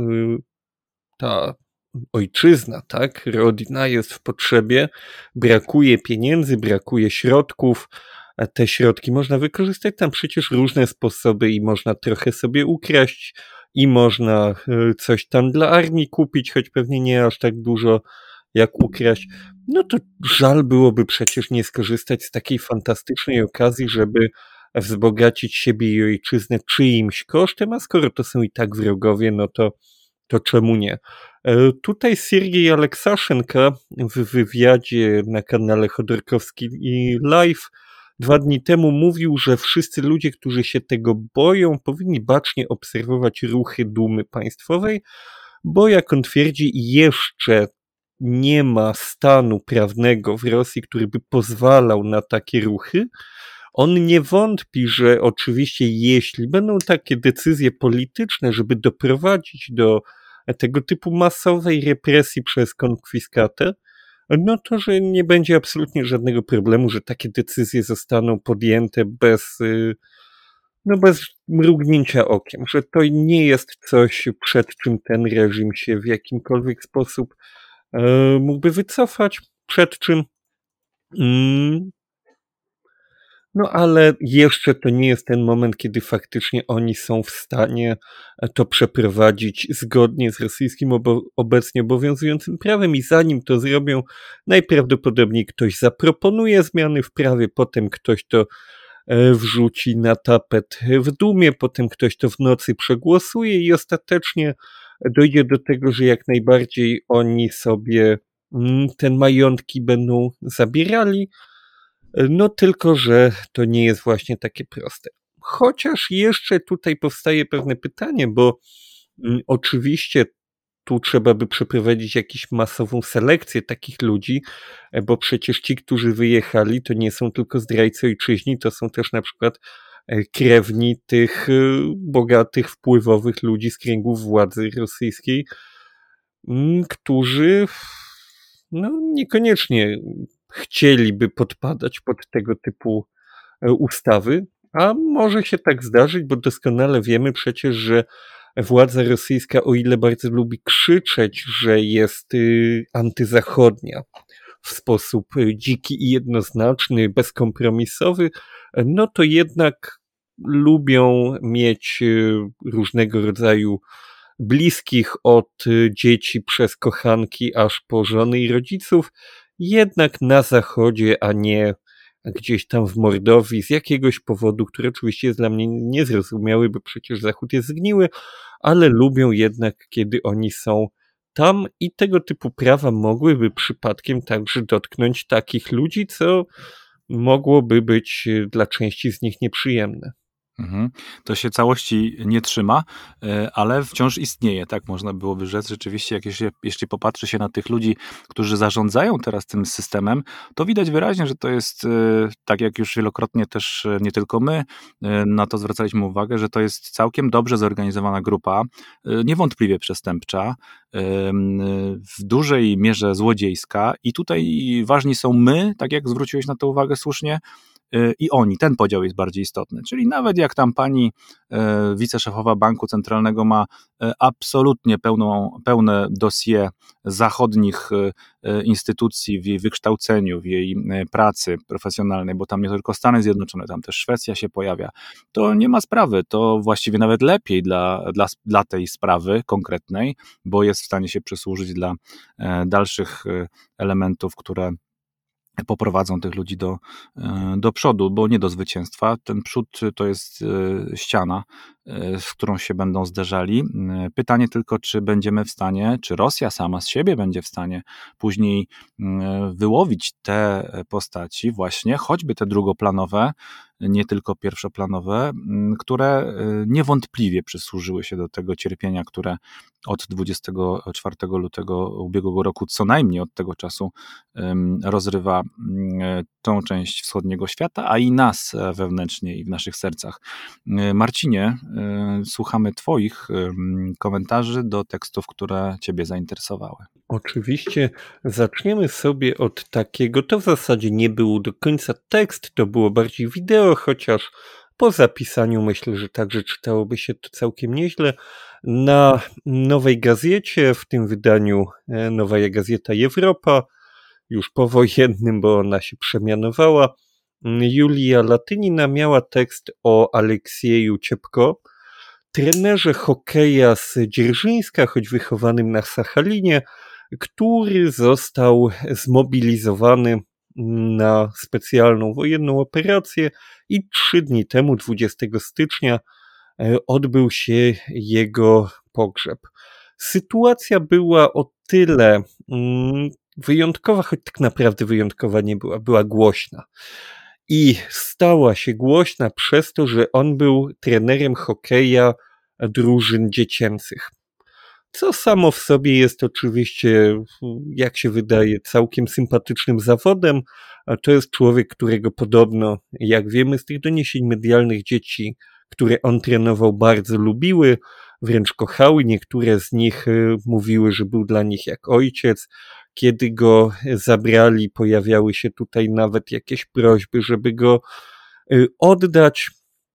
ta ojczyzna, tak, rodzina jest w potrzebie, brakuje pieniędzy, brakuje środków, a te środki można wykorzystać tam przecież różne sposoby i można trochę sobie ukraść i można coś tam dla armii kupić, choć pewnie nie aż tak dużo jak ukraść. No to żal byłoby przecież nie skorzystać z takiej fantastycznej okazji, żeby wzbogacić siebie i ojczyznę czyimś kosztem, a skoro to są i tak wrogowie, no to, to czemu nie? Tutaj Siergiej Aleksaszenka w wywiadzie na kanale Chodorkowski Live dwa dni temu mówił, że wszyscy ludzie, którzy się tego boją, powinni bacznie obserwować ruchy Dumy Państwowej, bo jak on twierdzi, jeszcze nie ma stanu prawnego w Rosji, który by pozwalał na takie ruchy. On nie wątpi, że oczywiście jeśli będą takie decyzje polityczne, żeby doprowadzić do tego typu masowej represji przez konfiskatę, no to, że nie będzie absolutnie żadnego problemu, że takie decyzje zostaną podjęte bez, no bez mrugnięcia okiem, że to nie jest coś, przed czym ten reżim się w jakimkolwiek sposób e, mógłby wycofać, przed czym mm, no ale jeszcze to nie jest ten moment, kiedy faktycznie oni są w stanie to przeprowadzić zgodnie z rosyjskim obo- obecnie obowiązującym prawem i zanim to zrobią, najprawdopodobniej ktoś zaproponuje zmiany w prawie, potem ktoś to wrzuci na tapet w Dumie, potem ktoś to w nocy przegłosuje i ostatecznie dojdzie do tego, że jak najbardziej oni sobie te majątki będą zabierali. No tylko, że to nie jest właśnie takie proste. Chociaż jeszcze tutaj powstaje pewne pytanie, bo oczywiście tu trzeba by przeprowadzić jakąś masową selekcję takich ludzi, bo przecież ci, którzy wyjechali, to nie są tylko zdrajcy ojczyźni, to są też na przykład krewni tych bogatych, wpływowych ludzi z kręgów władzy rosyjskiej, którzy no, niekoniecznie chcieliby podpadać pod tego typu ustawy, a może się tak zdarzyć, bo doskonale wiemy przecież, że władza rosyjska, o ile bardzo lubi krzyczeć, że jest antyzachodnia w sposób dziki i jednoznaczny, bezkompromisowy, no to jednak lubią mieć różnego rodzaju bliskich od dzieci przez kochanki aż po żony i rodziców, jednak na zachodzie, a nie gdzieś tam w Mordowii z jakiegoś powodu, który oczywiście jest dla mnie niezrozumiały, bo przecież Zachód jest zgniły, ale lubią jednak, kiedy oni są tam i tego typu prawa mogłyby przypadkiem także dotknąć takich ludzi, co mogłoby być dla części z nich nieprzyjemne. Mhm. To się całości nie trzyma, ale wciąż istnieje, tak można byłoby rzec. Rzeczywiście, jak jeśli, jeśli popatrzy się na tych ludzi, którzy zarządzają teraz tym systemem, to widać wyraźnie, że to jest, tak jak już wielokrotnie też nie tylko my na to zwracaliśmy uwagę, że to jest całkiem dobrze zorganizowana grupa, niewątpliwie przestępcza, w dużej mierze złodziejska i tutaj ważni są my, tak jak zwróciłeś na to uwagę słusznie, i oni, ten podział jest bardziej istotny. Czyli nawet jak tam pani e, wiceszefowa Banku Centralnego ma e, absolutnie pełną, pełne dossier zachodnich e, instytucji w jej wykształceniu, w jej e, pracy profesjonalnej, bo tam nie tylko Stany Zjednoczone, tam też Szwecja się pojawia, to nie ma sprawy. To właściwie nawet lepiej dla, dla, dla tej sprawy konkretnej, bo jest w stanie się przysłużyć dla e, dalszych e, elementów, które poprowadzą tych ludzi do, do przodu, bo nie do zwycięstwa. Ten przód to jest ściana, z którą się będą zderzali. Pytanie tylko, czy będziemy w stanie, czy Rosja sama z siebie będzie w stanie później wyłowić te postaci, właśnie choćby te drugoplanowe, nie tylko pierwszoplanowe, które niewątpliwie przysłużyły się do tego cierpienia, które od dwudziestego czwartego lutego ubiegłego roku, co najmniej od tego czasu, rozrywa tą część wschodniego świata, a i nas wewnętrznie i w naszych sercach. Marcinie, słuchamy Twoich komentarzy do tekstów, które Ciebie zainteresowały. Oczywiście zaczniemy sobie od takiego, to w zasadzie nie był do końca tekst, to było bardziej wideo, chociaż po zapisaniu myślę, że także czytałoby się to całkiem nieźle. Na Nowej Gazecie, w tym wydaniu Nowa Gazeta Europa, już powojennym, bo ona się przemianowała, Julia Latynina miała tekst o Aleksieju Ciepko, trenerze hokeja z Dzierżyńska, choć wychowanym na Sachalinie, który został zmobilizowany na specjalną wojenną operację i trzy dni temu, dwudziestego stycznia, odbył się jego pogrzeb. Sytuacja była o tyle wyjątkowa, choć tak naprawdę wyjątkowa nie była, była głośna. I stała się głośna przez to, że on był trenerem hokeja drużyn dziecięcych. Co samo w sobie jest oczywiście, jak się wydaje, całkiem sympatycznym zawodem, a to jest człowiek, którego podobno, jak wiemy z tych doniesień medialnych, dzieci, które on trenował, bardzo lubiły, wręcz kochały. Niektóre z nich mówiły, że był dla nich jak ojciec. Kiedy go zabrali, pojawiały się tutaj nawet jakieś prośby, żeby go oddać.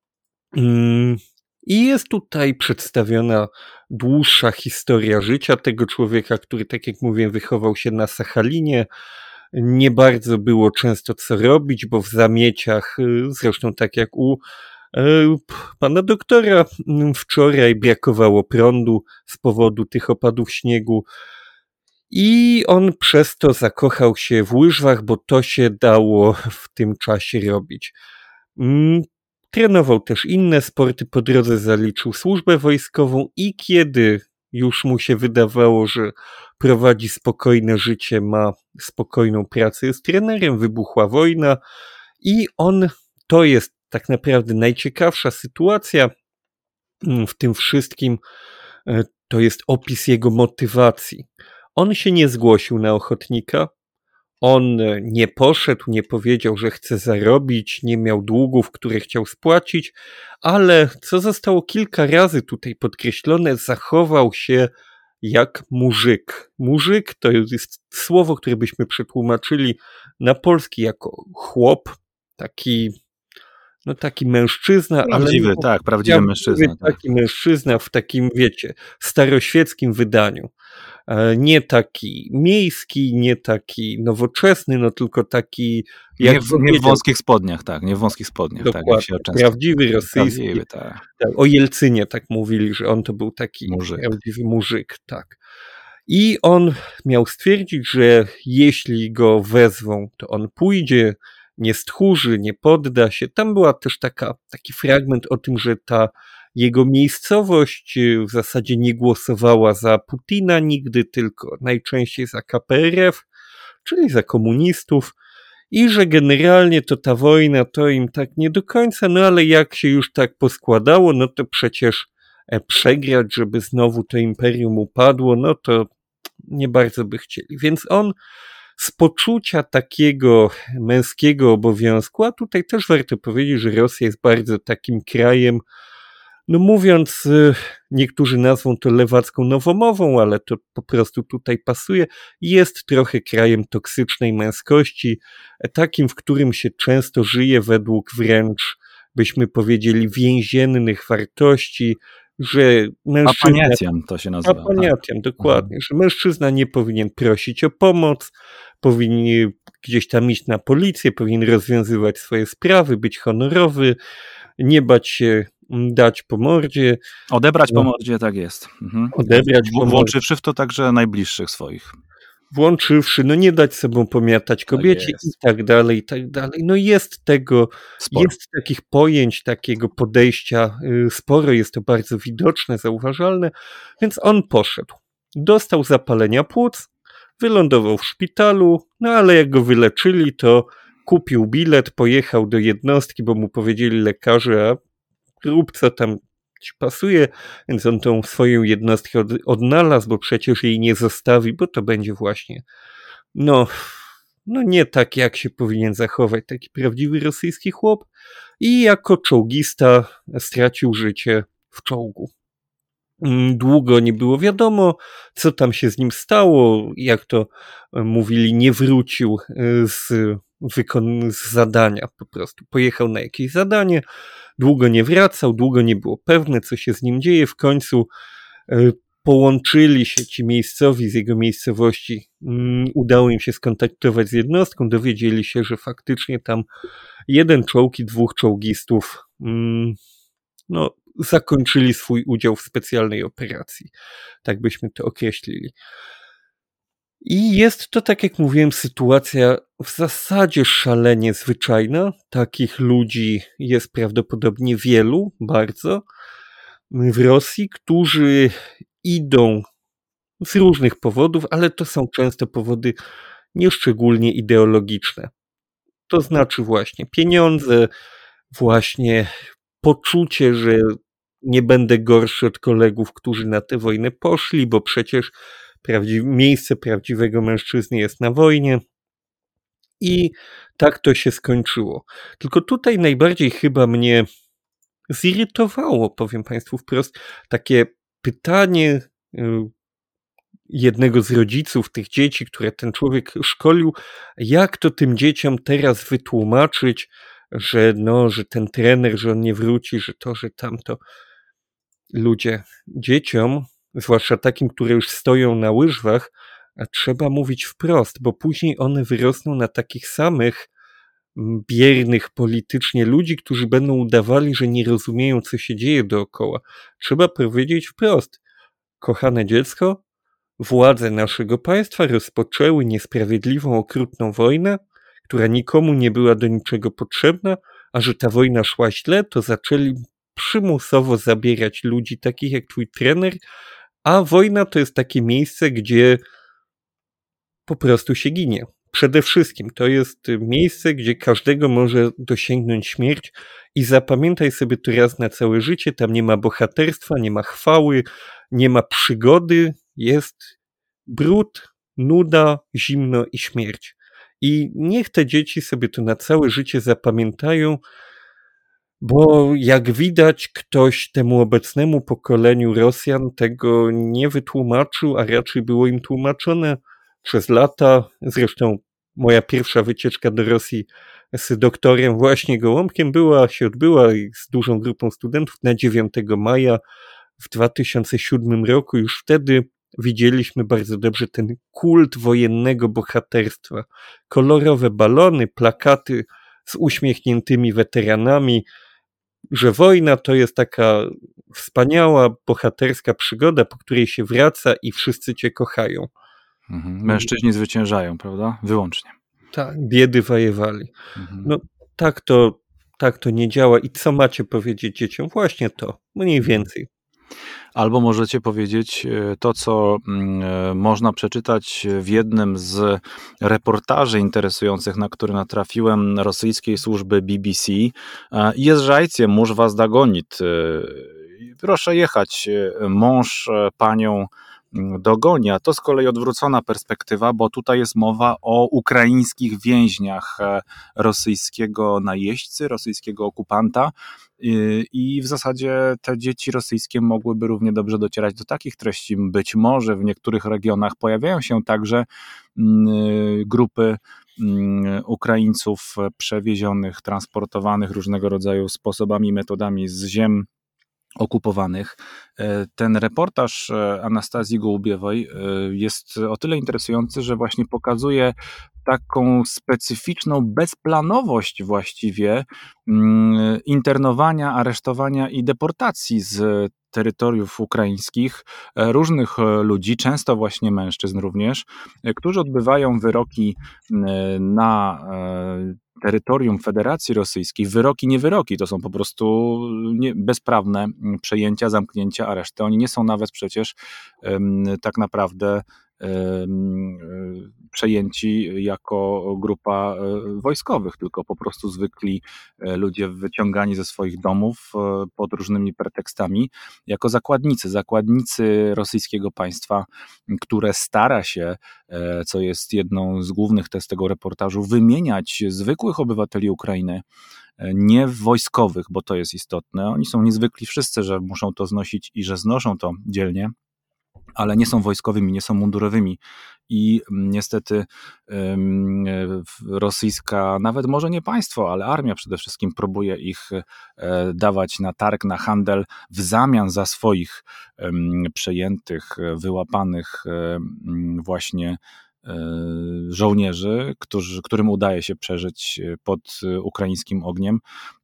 I jest tutaj przedstawiona dłuższa historia życia tego człowieka, który, tak jak mówiłem, wychował się na Sachalinie. Nie bardzo było często co robić, bo w zamieciach, zresztą tak jak u pana doktora, wczoraj brakowało prądu z powodu tych opadów śniegu. I on przez to zakochał się w łyżwach, bo to się dało w tym czasie robić. Trenował też inne sporty, po drodze zaliczył służbę wojskową i kiedy już mu się wydawało, że prowadzi spokojne życie, ma spokojną pracę, jest trenerem, wybuchła wojna i on, to jest tak naprawdę najciekawsza sytuacja w tym wszystkim, to jest opis jego motywacji. On się nie zgłosił na ochotnika, on nie poszedł, nie powiedział, że chce zarobić, nie miał długów, które chciał spłacić, ale co zostało kilka razy tutaj podkreślone, zachował się jak murzyk. Murzyk to jest słowo, które byśmy przetłumaczyli na polski jako chłop, taki, no taki mężczyzna, Prawdziwy, ale tak, prawdziwy mężczyzna. Taki tak. mężczyzna w takim, wiecie, staroświeckim wydaniu. Nie taki miejski, nie taki nowoczesny, no tylko taki... Jak nie, w, nie w wąskich spodniach, tak, nie w wąskich spodniach. Dokładnie, tak, jak się często... prawdziwy rosyjski. Prawdziwy, tak. Tak, o Jelcynie tak mówili, że on to był taki murzyk. prawdziwy murzyk, tak. I on miał stwierdzić, że jeśli go wezwą, to on pójdzie, nie stchórzy, nie podda się. Tam była też taka, taki fragment o tym, że ta jego miejscowość w zasadzie nie głosowała za Putina nigdy, tylko najczęściej za K P R F, czyli za komunistów, i że generalnie to ta wojna to im tak nie do końca, no ale jak się już tak poskładało, no to przecież przegrać, żeby znowu to imperium upadło, no to nie bardzo by chcieli. Więc on z poczucia takiego męskiego obowiązku, a tutaj też warto powiedzieć, że Rosja jest bardzo takim krajem, no mówiąc, niektórzy nazwą to lewacką nowomową, ale to po prostu tutaj pasuje, jest trochę krajem toksycznej męskości, takim, w którym się często żyje według wręcz, byśmy powiedzieli, więziennych wartości, że mężczyzna... Apaniacjan to się nazywa. Apaniacjan, tak. Dokładnie, że mężczyzna nie powinien prosić o pomoc, powinien gdzieś tam iść na policję, powinien rozwiązywać swoje sprawy, być honorowy, nie bać się dać po mordzie. Odebrać no. po mordzie, tak jest. Mhm. Odebrać w, włączywszy w to także najbliższych swoich. Włączywszy, no nie dać sobą pomiatać kobiecie tak i tak dalej, i tak dalej. No jest tego, sporo. Jest takich pojęć, takiego podejścia sporo, jest to bardzo widoczne, zauważalne, więc on poszedł. Dostał zapalenia płuc, wylądował w szpitalu, no ale jak go wyleczyli, to kupił bilet, pojechał do jednostki, bo mu powiedzieli lekarze, a rób co tam ci pasuje, więc on tą swoją jednostkę od, odnalazł, bo przecież jej nie zostawi, bo to będzie właśnie no, no nie tak, jak się powinien zachować taki prawdziwy rosyjski chłop, i jako czołgista stracił życie w czołgu. Długo nie było wiadomo, co tam się z nim stało, jak to mówili, nie wrócił z, wykon- z zadania, po prostu pojechał na jakieś zadanie, długo nie wracał, długo nie było pewne, co się z nim dzieje. W końcu połączyli się ci miejscowi z jego miejscowości, udało im się skontaktować z jednostką, dowiedzieli się, że faktycznie tam jeden czołg i dwóch czołgistów no, zakończyli swój udział w specjalnej operacji. Tak byśmy to określili. I jest to, tak jak mówiłem, sytuacja w zasadzie szalenie zwyczajna. Takich ludzi jest prawdopodobnie wielu, bardzo, w Rosji, którzy idą z różnych powodów, ale to są często powody nieszczególnie ideologiczne. To znaczy właśnie pieniądze, właśnie poczucie, że nie będę gorszy od kolegów, którzy na tę wojnę poszli, bo przecież prawdziwe, miejsce prawdziwego mężczyzny jest na wojnie. I tak to się skończyło. Tylko tutaj najbardziej chyba mnie zirytowało, powiem Państwu wprost, takie pytanie jednego z rodziców tych dzieci, które ten człowiek szkolił, jak to tym dzieciom teraz wytłumaczyć, że no, że ten trener, że on nie wróci, że to, że tamto. Ludzie, dzieciom, zwłaszcza takim, które już stoją na łyżwach, trzeba mówić wprost, bo później one wyrosną na takich samych biernych politycznie ludzi, którzy będą udawali, że nie rozumieją, co się dzieje dookoła. Trzeba powiedzieć wprost. Kochane dziecko, władze naszego państwa rozpoczęły niesprawiedliwą, okrutną wojnę, która nikomu nie była do niczego potrzebna, a że ta wojna szła źle, to zaczęli przymusowo zabierać ludzi takich jak twój trener, a wojna to jest takie miejsce, gdzie po prostu się ginie. Przede wszystkim to jest miejsce, gdzie każdego może dosięgnąć śmierć i zapamiętaj sobie to raz na całe życie, tam nie ma bohaterstwa, nie ma chwały, nie ma przygody, jest brud, nuda, zimno i śmierć. I niech te dzieci sobie to na całe życie zapamiętają, bo jak widać, ktoś temu obecnemu pokoleniu Rosjan tego nie wytłumaczył, a raczej było im tłumaczone przez lata. Zresztą moja pierwsza wycieczka do Rosji z doktorem właśnie Gołąbkiem była, się odbyła z dużą grupą studentów na dziewiątego maja w dwa tysiące siódmym roku. Już wtedy widzieliśmy bardzo dobrze ten kult wojennego bohaterstwa. Kolorowe balony, plakaty z uśmiechniętymi weteranami, że wojna to jest taka wspaniała, bohaterska przygoda, po której się wraca i wszyscy cię kochają. Mhm. Mężczyźni zwyciężają, prawda? Wyłącznie. Tak, biedy wajewali. Mhm. No tak to, tak to nie działa. I co macie powiedzieć dzieciom? Właśnie to, mniej więcej. Albo możecie powiedzieć to, co mm, można przeczytać w jednym z reportaży interesujących, na który natrafiłem, rosyjskiej służby B B C. Jeżdżajcie, mąż was dogonit. Proszę jechać, mąż panią dogoni, a to z kolei odwrócona perspektywa, bo tutaj jest mowa o ukraińskich więźniach rosyjskiego najeźdźcy, rosyjskiego okupanta i w zasadzie te dzieci rosyjskie mogłyby równie dobrze docierać do takich treści. Być może w niektórych regionach pojawiają się także grupy Ukraińców przewiezionych, transportowanych różnego rodzaju sposobami, metodami z ziem okupowanych. Ten reportaż Anastazji Gołubiewej jest o tyle interesujący, że właśnie pokazuje taką specyficzną bezplanowość właściwie internowania, aresztowania i deportacji z terytoriów ukraińskich różnych ludzi, często właśnie mężczyzn również, którzy odbywają wyroki na terytorium Federacji Rosyjskiej. Wyroki, nie wyroki, to są po prostu nie, bezprawne przejęcia, zamknięcia, areszty. Oni nie są nawet przecież um, tak naprawdę um, przejęci jako grupa wojskowych, tylko po prostu zwykli ludzie wyciągani ze swoich domów pod różnymi pretekstami jako zakładnicy, zakładnicy rosyjskiego państwa, które stara się, co jest jedną z głównych tez tego reportażu, wymieniać zwykłych obywateli Ukrainy, nie wojskowych, bo to jest istotne. Oni są niezwykli wszyscy, że muszą to znosić i że znoszą to dzielnie, ale nie są wojskowymi, nie są mundurowymi i niestety um, rosyjska, nawet może nie państwo, ale armia przede wszystkim próbuje ich e, dawać na targ, na handel w zamian za swoich um, przejętych, wyłapanych um, właśnie żołnierzy, którzy, którym udaje się przeżyć pod ukraińskim ogniem.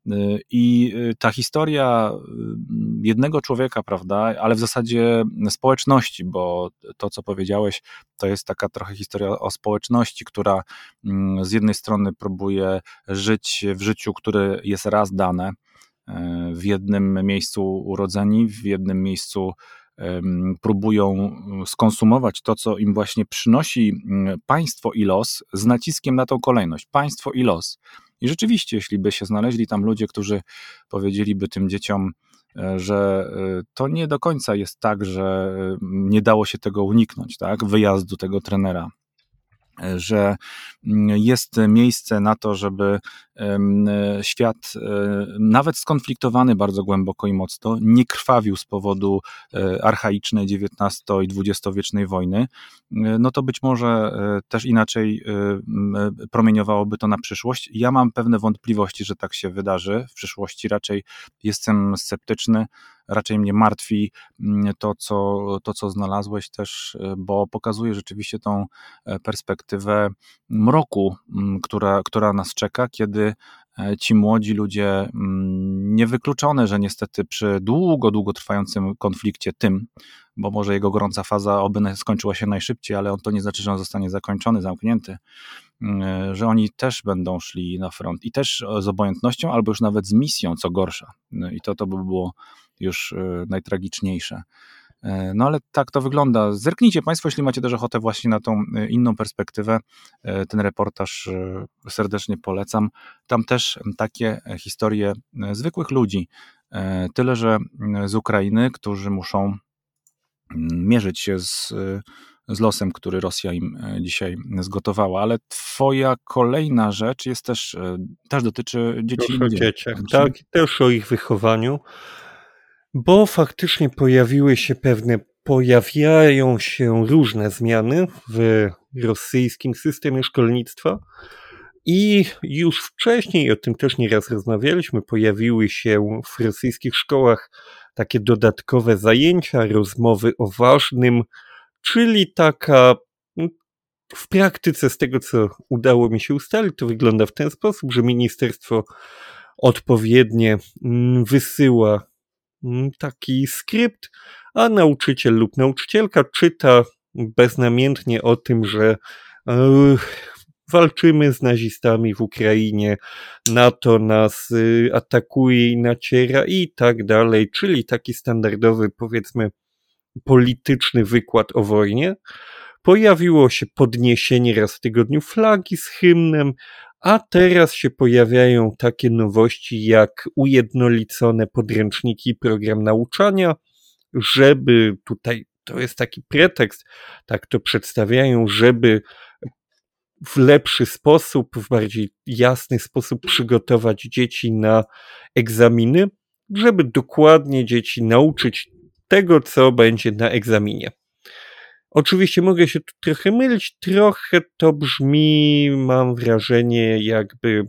I ta historia jednego człowieka, prawda, ale w zasadzie społeczności, bo to, co powiedziałeś, to jest taka trochę historia o społeczności, która z jednej strony próbuje żyć w życiu, które jest raz dane, w jednym miejscu urodzeni, w jednym miejscu próbują skonsumować to, co im właśnie przynosi państwo i los, z naciskiem na tą kolejność. Państwo i los. I rzeczywiście, jeśli by się znaleźli tam ludzie, którzy powiedzieliby tym dzieciom, że to nie do końca jest tak, że nie dało się tego uniknąć, tak, wyjazdu tego trenera, że jest miejsce na to, żeby świat, nawet skonfliktowany bardzo głęboko i mocno, nie krwawił z powodu archaicznej dziewiętnasto- i dwudziestowiecznej wojny, no to być może też inaczej promieniowałoby to na przyszłość. Ja mam pewne wątpliwości, że tak się wydarzy w przyszłości. Raczej jestem sceptyczny, raczej mnie martwi to, co, to, co znalazłeś też, bo pokazuje rzeczywiście tą perspektywę mroku, która, która nas czeka, kiedy ci młodzi ludzie, niewykluczone, że niestety przy długo, długo trwającym konflikcie tym, bo może jego gorąca faza oby skończyła się najszybciej, ale on to nie znaczy, że on zostanie zakończony, zamknięty, że oni też będą szli na front i też z obojętnością, albo już nawet z misją, co gorsza. I to, to by było już najtragiczniejsze. No ale tak to wygląda. Zerknijcie Państwo, jeśli macie też ochotę właśnie na tą inną perspektywę. Ten reportaż serdecznie polecam. Tam też takie historie zwykłych ludzi. Tyle, że z Ukrainy, którzy muszą mierzyć się z, z losem, który Rosja im dzisiaj zgotowała. Ale twoja kolejna rzecz jest też, też dotyczy dzieci. Też o dzieciach, tak, i też o ich wychowaniu, bo faktycznie pojawiły się pewne, pojawiają się różne zmiany w rosyjskim systemie szkolnictwa i już wcześniej, o tym też nieraz rozmawialiśmy, pojawiły się w rosyjskich szkołach takie dodatkowe zajęcia, rozmowy o ważnym, czyli taka w praktyce, z tego co udało mi się ustalić, to wygląda w ten sposób, że ministerstwo odpowiednie wysyła taki skrypt, a nauczyciel lub nauczycielka czyta beznamiętnie o tym, że e, walczymy z nazistami w Ukrainie, NATO nas y, atakuje i naciera i tak dalej, czyli taki standardowy, powiedzmy, polityczny wykład o wojnie. Pojawiło się podniesienie raz w tygodniu flagi z hymnem, a teraz się pojawiają takie nowości jak ujednolicone podręczniki i program nauczania, żeby tutaj, to jest taki pretekst, tak to przedstawiają, żeby w lepszy sposób, w bardziej jasny sposób przygotować dzieci na egzaminy, żeby dokładnie dzieci nauczyć tego, co będzie na egzaminie. Oczywiście mogę się tu trochę mylić, trochę to brzmi, mam wrażenie, jakby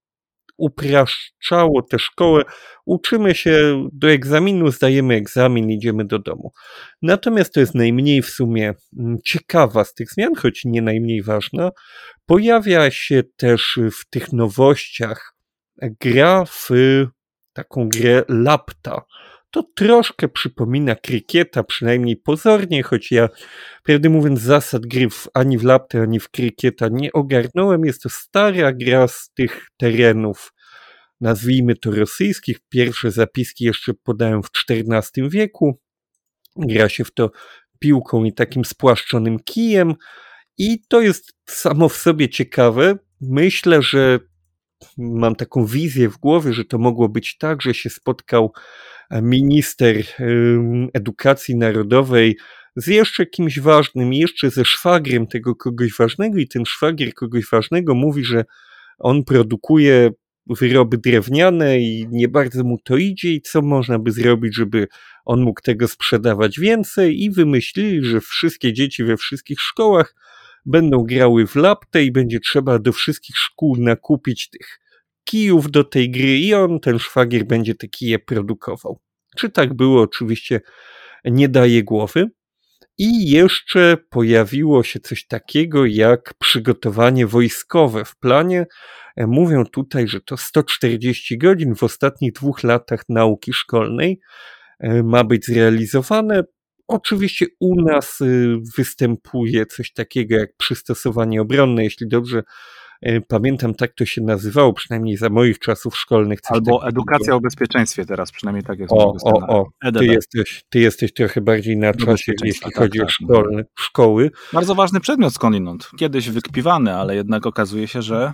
upraszczało tę szkołę. Uczymy się do egzaminu, zdajemy egzamin, idziemy do domu. Natomiast to jest najmniej w sumie ciekawa z tych zmian, choć nie najmniej ważna. Pojawia się też w tych nowościach gra w taką grę lapta. To troszkę przypomina krykieta, przynajmniej pozornie, choć ja, prawdę mówiąc, zasad gry w, ani w laptę, ani w krykieta nie ogarnąłem. Jest to stara gra z tych terenów, nazwijmy to rosyjskich. Pierwsze zapiski jeszcze podałem w czternastym wieku. Gra się w to piłką i takim spłaszczonym kijem i to jest samo w sobie ciekawe. Myślę, że mam taką wizję w głowie, że to mogło być tak, że się spotkał minister edukacji narodowej z jeszcze kimś ważnym, jeszcze ze szwagrem tego kogoś ważnego i ten szwagier kogoś ważnego mówi, że on produkuje wyroby drewniane i nie bardzo mu to idzie i co można by zrobić, żeby on mógł tego sprzedawać więcej i wymyślili, że wszystkie dzieci we wszystkich szkołach będą grały w laptę i będzie trzeba do wszystkich szkół nakupić tych kijów do tej gry i on, ten szwagier, będzie te kije produkował. Czy tak było? Oczywiście nie daje głowy. I jeszcze pojawiło się coś takiego jak przygotowanie wojskowe w planie. Mówią tutaj, że to sto czterdzieści godzin w ostatnich dwóch latach nauki szkolnej ma być zrealizowane. Oczywiście u nas występuje coś takiego jak przystosowanie obronne, jeśli dobrze pamiętam, tak to się nazywało, przynajmniej za moich czasów szkolnych. Albo edukacja było. O bezpieczeństwie teraz, przynajmniej tak jest. O, o, o. Ty jesteś, ty jesteś trochę bardziej na czasie, jeśli tak, chodzi tak, o szkolne, szkoły. Bardzo ważny przedmiot skądinąd. Kiedyś wykpiwany, ale jednak okazuje się, że...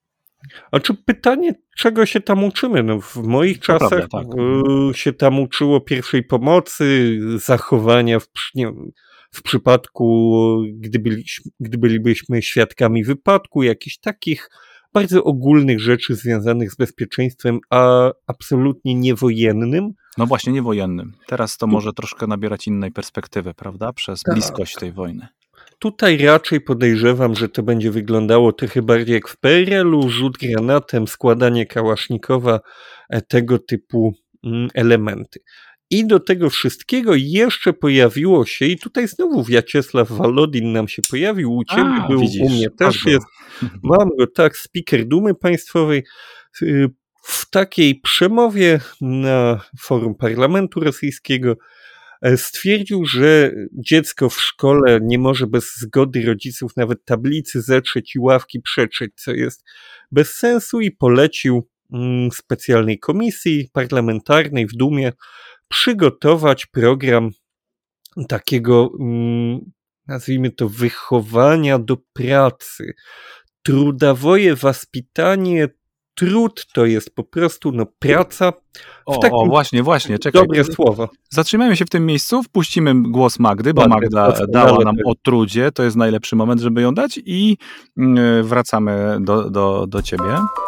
A czy pytanie, czego się tam uczymy? No, w moich to czasach prawda, tak. się tam uczyło pierwszej pomocy, zachowania w, nie, w przypadku, gdy, byliśmy, gdy bylibyśmy świadkami wypadku, jakichś takich bardzo ogólnych rzeczy związanych z bezpieczeństwem, a absolutnie niewojennym. No właśnie, niewojennym. Teraz to może troszkę nabierać innej perspektywy, prawda? Przez tak. bliskość tej wojny. Tutaj raczej podejrzewam, że to będzie wyglądało trochę bardziej jak w P R L-u, rzut granatem, składanie kałasznikowa, tego typu elementy. I do tego wszystkiego jeszcze pojawiło się, i tutaj znowu Wiaczesław Walodin nam się pojawił, u ciebie A, był, widzisz, u mnie też jest, mam go, tak, speaker Dumy Państwowej, w takiej przemowie na forum parlamentu rosyjskiego stwierdził, że dziecko w szkole nie może bez zgody rodziców nawet tablicy zetrzeć i ławki przetrzeć, co jest bez sensu, i polecił specjalnej komisji parlamentarnej w Dumie przygotować program takiego, mm, nazwijmy to, wychowania do pracy. Trudawoje waspitanie, trud to jest po prostu no, praca. W O, takim, o, właśnie, właśnie, czekaj. dobre słowo. Zatrzymajmy się w tym miejscu, wpuścimy głos Magdy, bo Magdy, Magda doskonale, dała nam tak. o trudzie, to jest najlepszy moment, żeby ją dać i mm, wracamy do, do, do ciebie.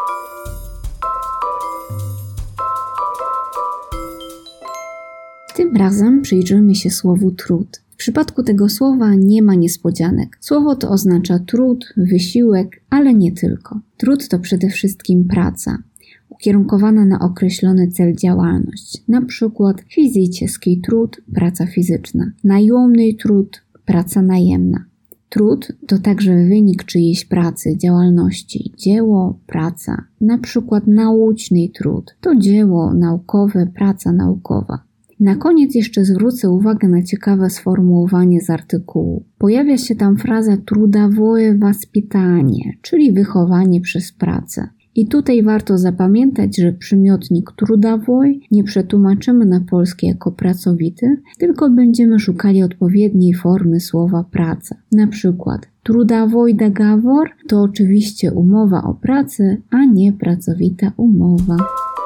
Tym razem przyjrzymy się słowu trud. W przypadku tego słowa nie ma niespodzianek. Słowo to oznacza trud, wysiłek, ale nie tylko. Trud to przede wszystkim praca, ukierunkowana na określony cel działalność, na przykład fizyczny trud, praca fizyczna, najomny trud, praca najemna. Trud to także wynik czyjejś pracy, działalności, dzieło, praca, na przykład nauczny trud, to dzieło naukowe, praca naukowa. Na koniec jeszcze zwrócę uwagę na ciekawe sformułowanie z artykułu. Pojawia się tam fraza trudawoje waspitanie, czyli wychowanie przez pracę. I tutaj warto zapamiętać, że przymiotnik trudawoj nie przetłumaczymy na polski jako pracowity, tylko będziemy szukali odpowiedniej formy słowa praca. Na przykład trudawoj dagawor to oczywiście umowa o pracę, a nie pracowita umowa.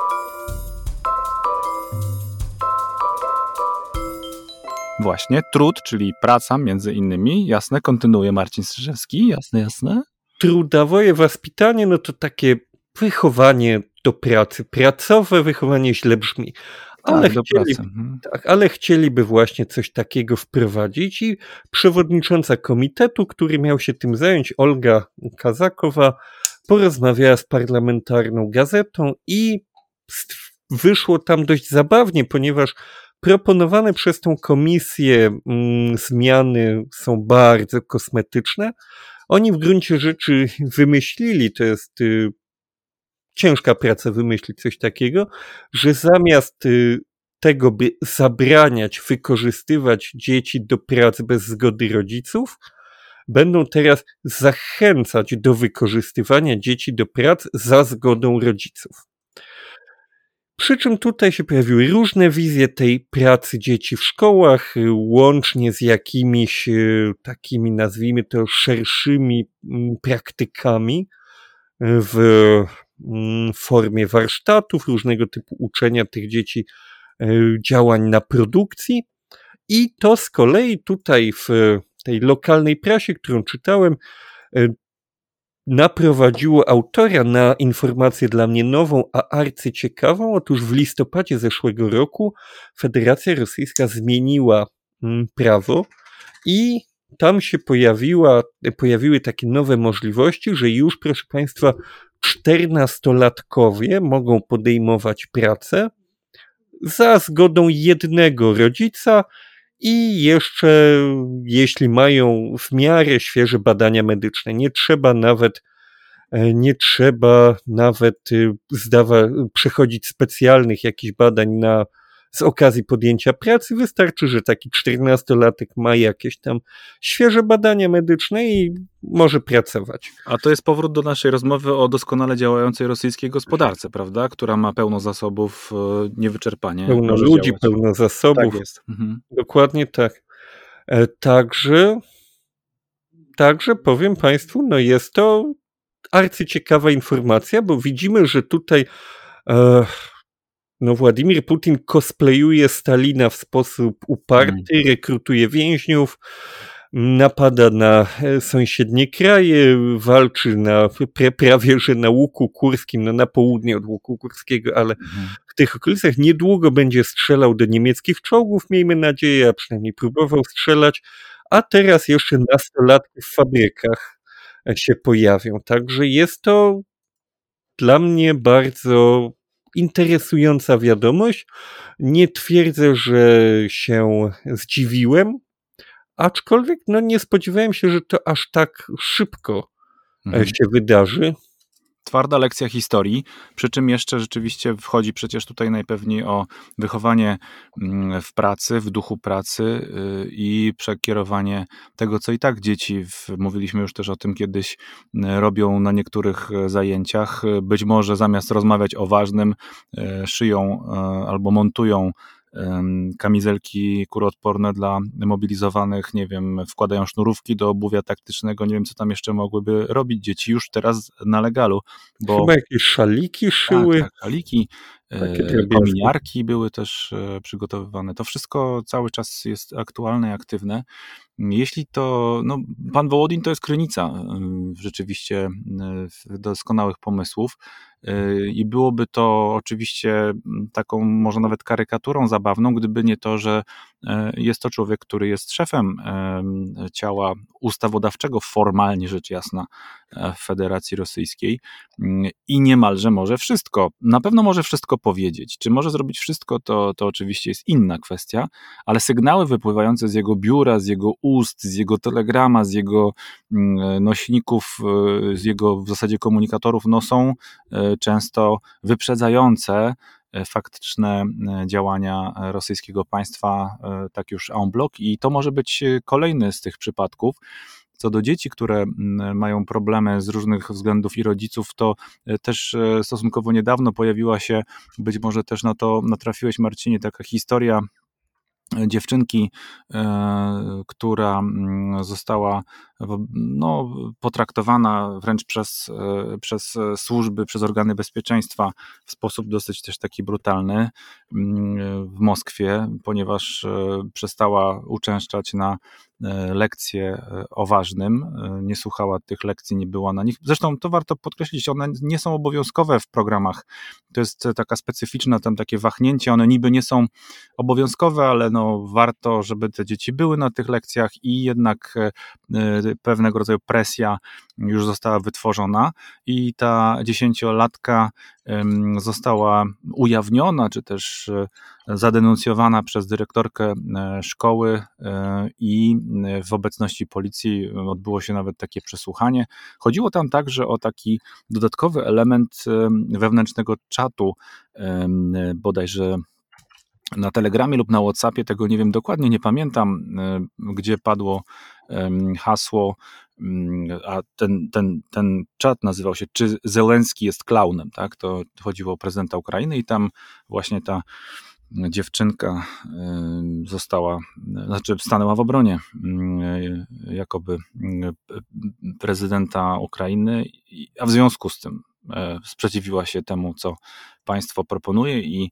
Właśnie, trud, czyli praca między innymi, jasne, kontynuuje Marcin Strzyżewski, jasne, jasne. Trudawoje waspitanie, no to takie wychowanie do pracy. Pracowe wychowanie źle brzmi. Ale, Tak, do chcieli, pracy. Mhm. tak, ale chcieliby właśnie coś takiego wprowadzić i przewodnicząca komitetu, który miał się tym zająć, Olga Kazakowa, porozmawiała z parlamentarną gazetą i wyszło tam dość zabawnie, ponieważ proponowane przez tą komisję mm, zmiany są bardzo kosmetyczne. Oni w gruncie rzeczy wymyślili, to jest y, ciężka praca wymyślić coś takiego, że zamiast y, tego, by zabraniać, wykorzystywać dzieci do pracy bez zgody rodziców, będą teraz zachęcać do wykorzystywania dzieci do prac za zgodą rodziców. Przy czym tutaj się pojawiły różne wizje tej pracy dzieci w szkołach, łącznie z jakimiś takimi, nazwijmy to, szerszymi praktykami w formie warsztatów, różnego typu uczenia tych dzieci działań na produkcji. I to z kolei tutaj w tej lokalnej prasie, którą czytałem, naprowadziło autora na informację dla mnie nową, a arcyciekawą. Otóż w listopadzie zeszłego roku Federacja Rosyjska zmieniła prawo i tam się pojawiła, pojawiły takie nowe możliwości, że już, proszę Państwa, czternastolatkowie mogą podejmować pracę za zgodą jednego rodzica i jeszcze jeśli mają w miarę świeże badania medyczne. Nie trzeba nawet nie trzeba nawet zdawa, przechodzić specjalnych jakichś badań na, z okazji podjęcia pracy. Wystarczy, że taki czternastolatek ma jakieś tam świeże badania medyczne i może pracować. A to jest powrót do naszej rozmowy o doskonale działającej rosyjskiej gospodarce, prawda? Która ma pełno zasobów, niewyczerpanie. Pełno ludzi, działać. Pełno zasobów. Tak jest. Mhm. Dokładnie tak. Także, także powiem Państwu, no jest to arcyciekawa informacja, bo widzimy, że tutaj e, no Władimir Putin cosplayuje Stalina w sposób uparty, mm. rekrutuje więźniów, napada na sąsiednie kraje, walczy na prawie że na łuku kurskim, no na południe od łuku kurskiego, ale mm. w tych okolicach niedługo będzie strzelał do niemieckich czołgów, miejmy nadzieję, a przynajmniej próbował strzelać, a teraz jeszcze nastolatki w fabrykach się pojawią. Także jest to dla mnie bardzo interesująca wiadomość. Nie twierdzę, że się zdziwiłem, aczkolwiek no nie spodziewałem się, że to aż tak szybko mhm. się wydarzy. Twarda lekcja historii, przy czym jeszcze rzeczywiście wchodzi przecież tutaj najpewniej o wychowanie w pracy, w duchu pracy i przekierowanie tego, co i tak dzieci, w, mówiliśmy już też o tym kiedyś, robią na niektórych zajęciach. Być może zamiast rozmawiać o ważnym, szyją albo montują kamizelki kuroodporne dla mobilizowanych, nie wiem, wkładają sznurówki do obuwia taktycznego, nie wiem, co tam jeszcze mogłyby robić dzieci już teraz na legalu, bo... Chyba jakieś szaliki szyły. Tak, tak, szaliki, kominiarki były też przygotowywane. To wszystko cały czas jest aktualne i aktywne. Jeśli to, no, pan Wołodin to jest krynica rzeczywiście doskonałych pomysłów i byłoby to oczywiście taką może nawet karykaturą zabawną, gdyby nie to, że jest to człowiek, który jest szefem ciała ustawodawczego, formalnie rzecz jasna, w Federacji Rosyjskiej i niemalże może wszystko. Na pewno może wszystko powiedzieć. Czy może zrobić wszystko, to, to oczywiście jest inna kwestia, ale sygnały wypływające z jego biura, z jego ust, z jego telegrama, z jego nośników, z jego w zasadzie komunikatorów, no są często wyprzedzające faktyczne działania rosyjskiego państwa, tak już en bloc, i to może być kolejny z tych przypadków. Co do dzieci, które mają problemy z różnych względów i rodziców, to też stosunkowo niedawno pojawiła się, być może też na to natrafiłeś, Marcinie, taka historia dziewczynki, która została no, potraktowana wręcz przez, przez służby, przez organy bezpieczeństwa w sposób dosyć też taki brutalny w Moskwie, ponieważ przestała uczęszczać na lekcje o ważnym, nie słuchała tych lekcji, nie była na nich. Zresztą to warto podkreślić, one nie są obowiązkowe w programach. To jest taka specyficzna, tam takie wahnięcie, one niby nie są obowiązkowe, ale no warto, żeby te dzieci były na tych lekcjach i jednak pewnego rodzaju presja już została wytworzona i ta dziesięciolatka została ujawniona, czy też zadenuncjowana przez dyrektorkę szkoły i w obecności policji odbyło się nawet takie przesłuchanie. Chodziło tam także o taki dodatkowy element wewnętrznego czatu, bodajże na Telegramie lub na WhatsAppie, tego nie wiem dokładnie, nie pamiętam, gdzie padło hasło, a ten, ten, ten czat nazywał się "Czy Zełenski jest klaunem?", tak? To chodziło o prezydenta Ukrainy i tam właśnie ta dziewczynka została, znaczy stanęła w obronie jakoby prezydenta Ukrainy, a w związku z tym sprzeciwiła się temu, co państwo proponuje i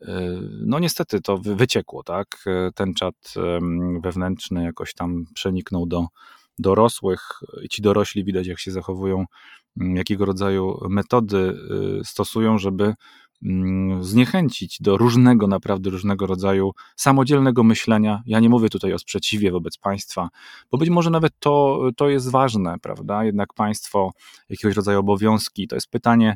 no niestety to wyciekło, tak? Ten czat wewnętrzny jakoś tam przeniknął do dorosłych i ci dorośli widać, jak się zachowują, jakiego rodzaju metody stosują, żeby zniechęcić do różnego, naprawdę różnego rodzaju samodzielnego myślenia. Ja nie mówię tutaj o sprzeciwie wobec państwa, bo być może nawet to, to jest ważne, prawda? Jednak państwo, jakiegoś rodzaju obowiązki, to jest pytanie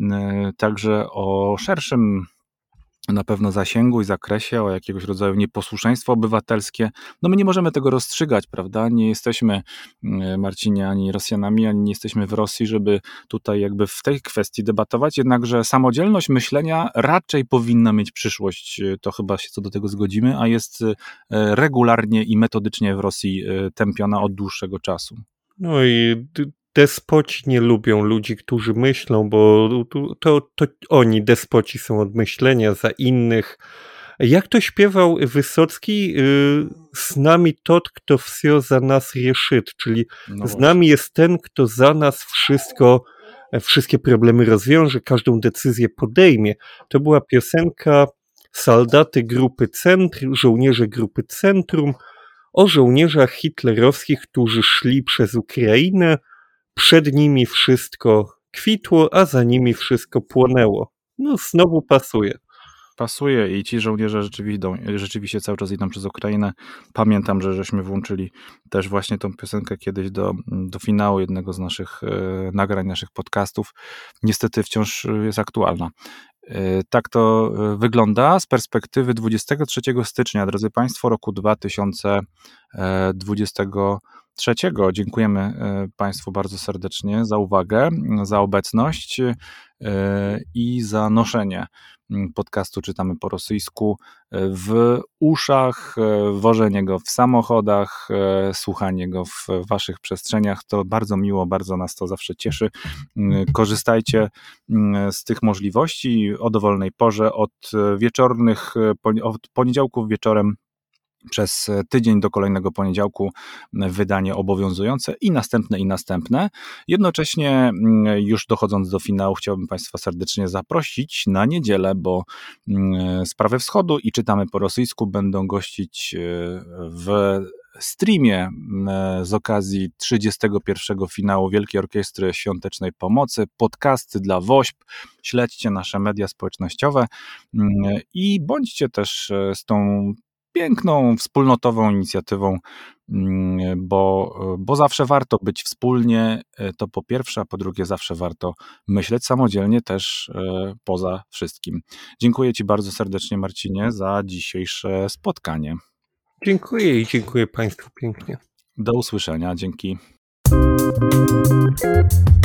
także o szerszym na pewno zasięgu i zakresie, o jakiegoś rodzaju nieposłuszeństwo obywatelskie. No my nie możemy tego rozstrzygać, prawda? Nie jesteśmy, Marcinie, ani Rosjanami, ani nie jesteśmy w Rosji, żeby tutaj jakby w tej kwestii debatować, jednakże samodzielność myślenia raczej powinna mieć przyszłość, to chyba się co do tego zgodzimy, a jest regularnie i metodycznie w Rosji tępiona od dłuższego czasu. No i despoci nie lubią ludzi, którzy myślą, bo to, to, to oni, despoci, są od myślenia za innych. Jak to śpiewał Wysocki, z nami tot, kto wsio za nas решит, czyli no z nami jest ten, kto za nas wszystko, wszystkie problemy rozwiąże, każdą decyzję podejmie. To była piosenka Soldaty grupy Centrum, żołnierze grupy Centrum, o żołnierzach hitlerowskich, którzy szli przez Ukrainę. Przed nimi wszystko kwitło, a za nimi wszystko płonęło. No znowu pasuje. Pasuje i ci żołnierze rzeczywiście, rzeczywiście cały czas idą przez Ukrainę. Pamiętam, że żeśmy włączyli też właśnie tą piosenkę kiedyś do, do finału jednego z naszych e, nagrań, naszych podcastów. Niestety wciąż jest aktualna. E, tak to wygląda z perspektywy dwudziestego trzeciego stycznia, drodzy Państwo, roku dwa tysiące dwudziestego trzeciego. Dziękujemy Państwu bardzo serdecznie za uwagę, za obecność i za noszenie podcastu Czytamy po rosyjsku w uszach, wożenie go w samochodach, słuchanie go w waszych przestrzeniach. To bardzo miło, bardzo nas to zawsze cieszy. Korzystajcie z tych możliwości o dowolnej porze, od wieczornych, od poniedziałków wieczorem przez tydzień do kolejnego poniedziałku wydanie obowiązujące i następne i następne. Jednocześnie już dochodząc do finału chciałbym Państwa serdecznie zaprosić na niedzielę, bo Sprawy Wschodu i Czytamy po rosyjsku będą gościć w streamie z okazji trzydziestego pierwszego finału Wielkiej Orkiestry Świątecznej Pomocy, podcasty dla WOŚP. Śledźcie nasze media społecznościowe i bądźcie też z tą piękną, wspólnotową inicjatywą, bo, bo zawsze warto być wspólnie, to po pierwsze, a po drugie zawsze warto myśleć samodzielnie też poza wszystkim. Dziękuję Ci bardzo serdecznie, Marcinie, za dzisiejsze spotkanie. Dziękuję i dziękuję Państwu pięknie. Do usłyszenia, dzięki.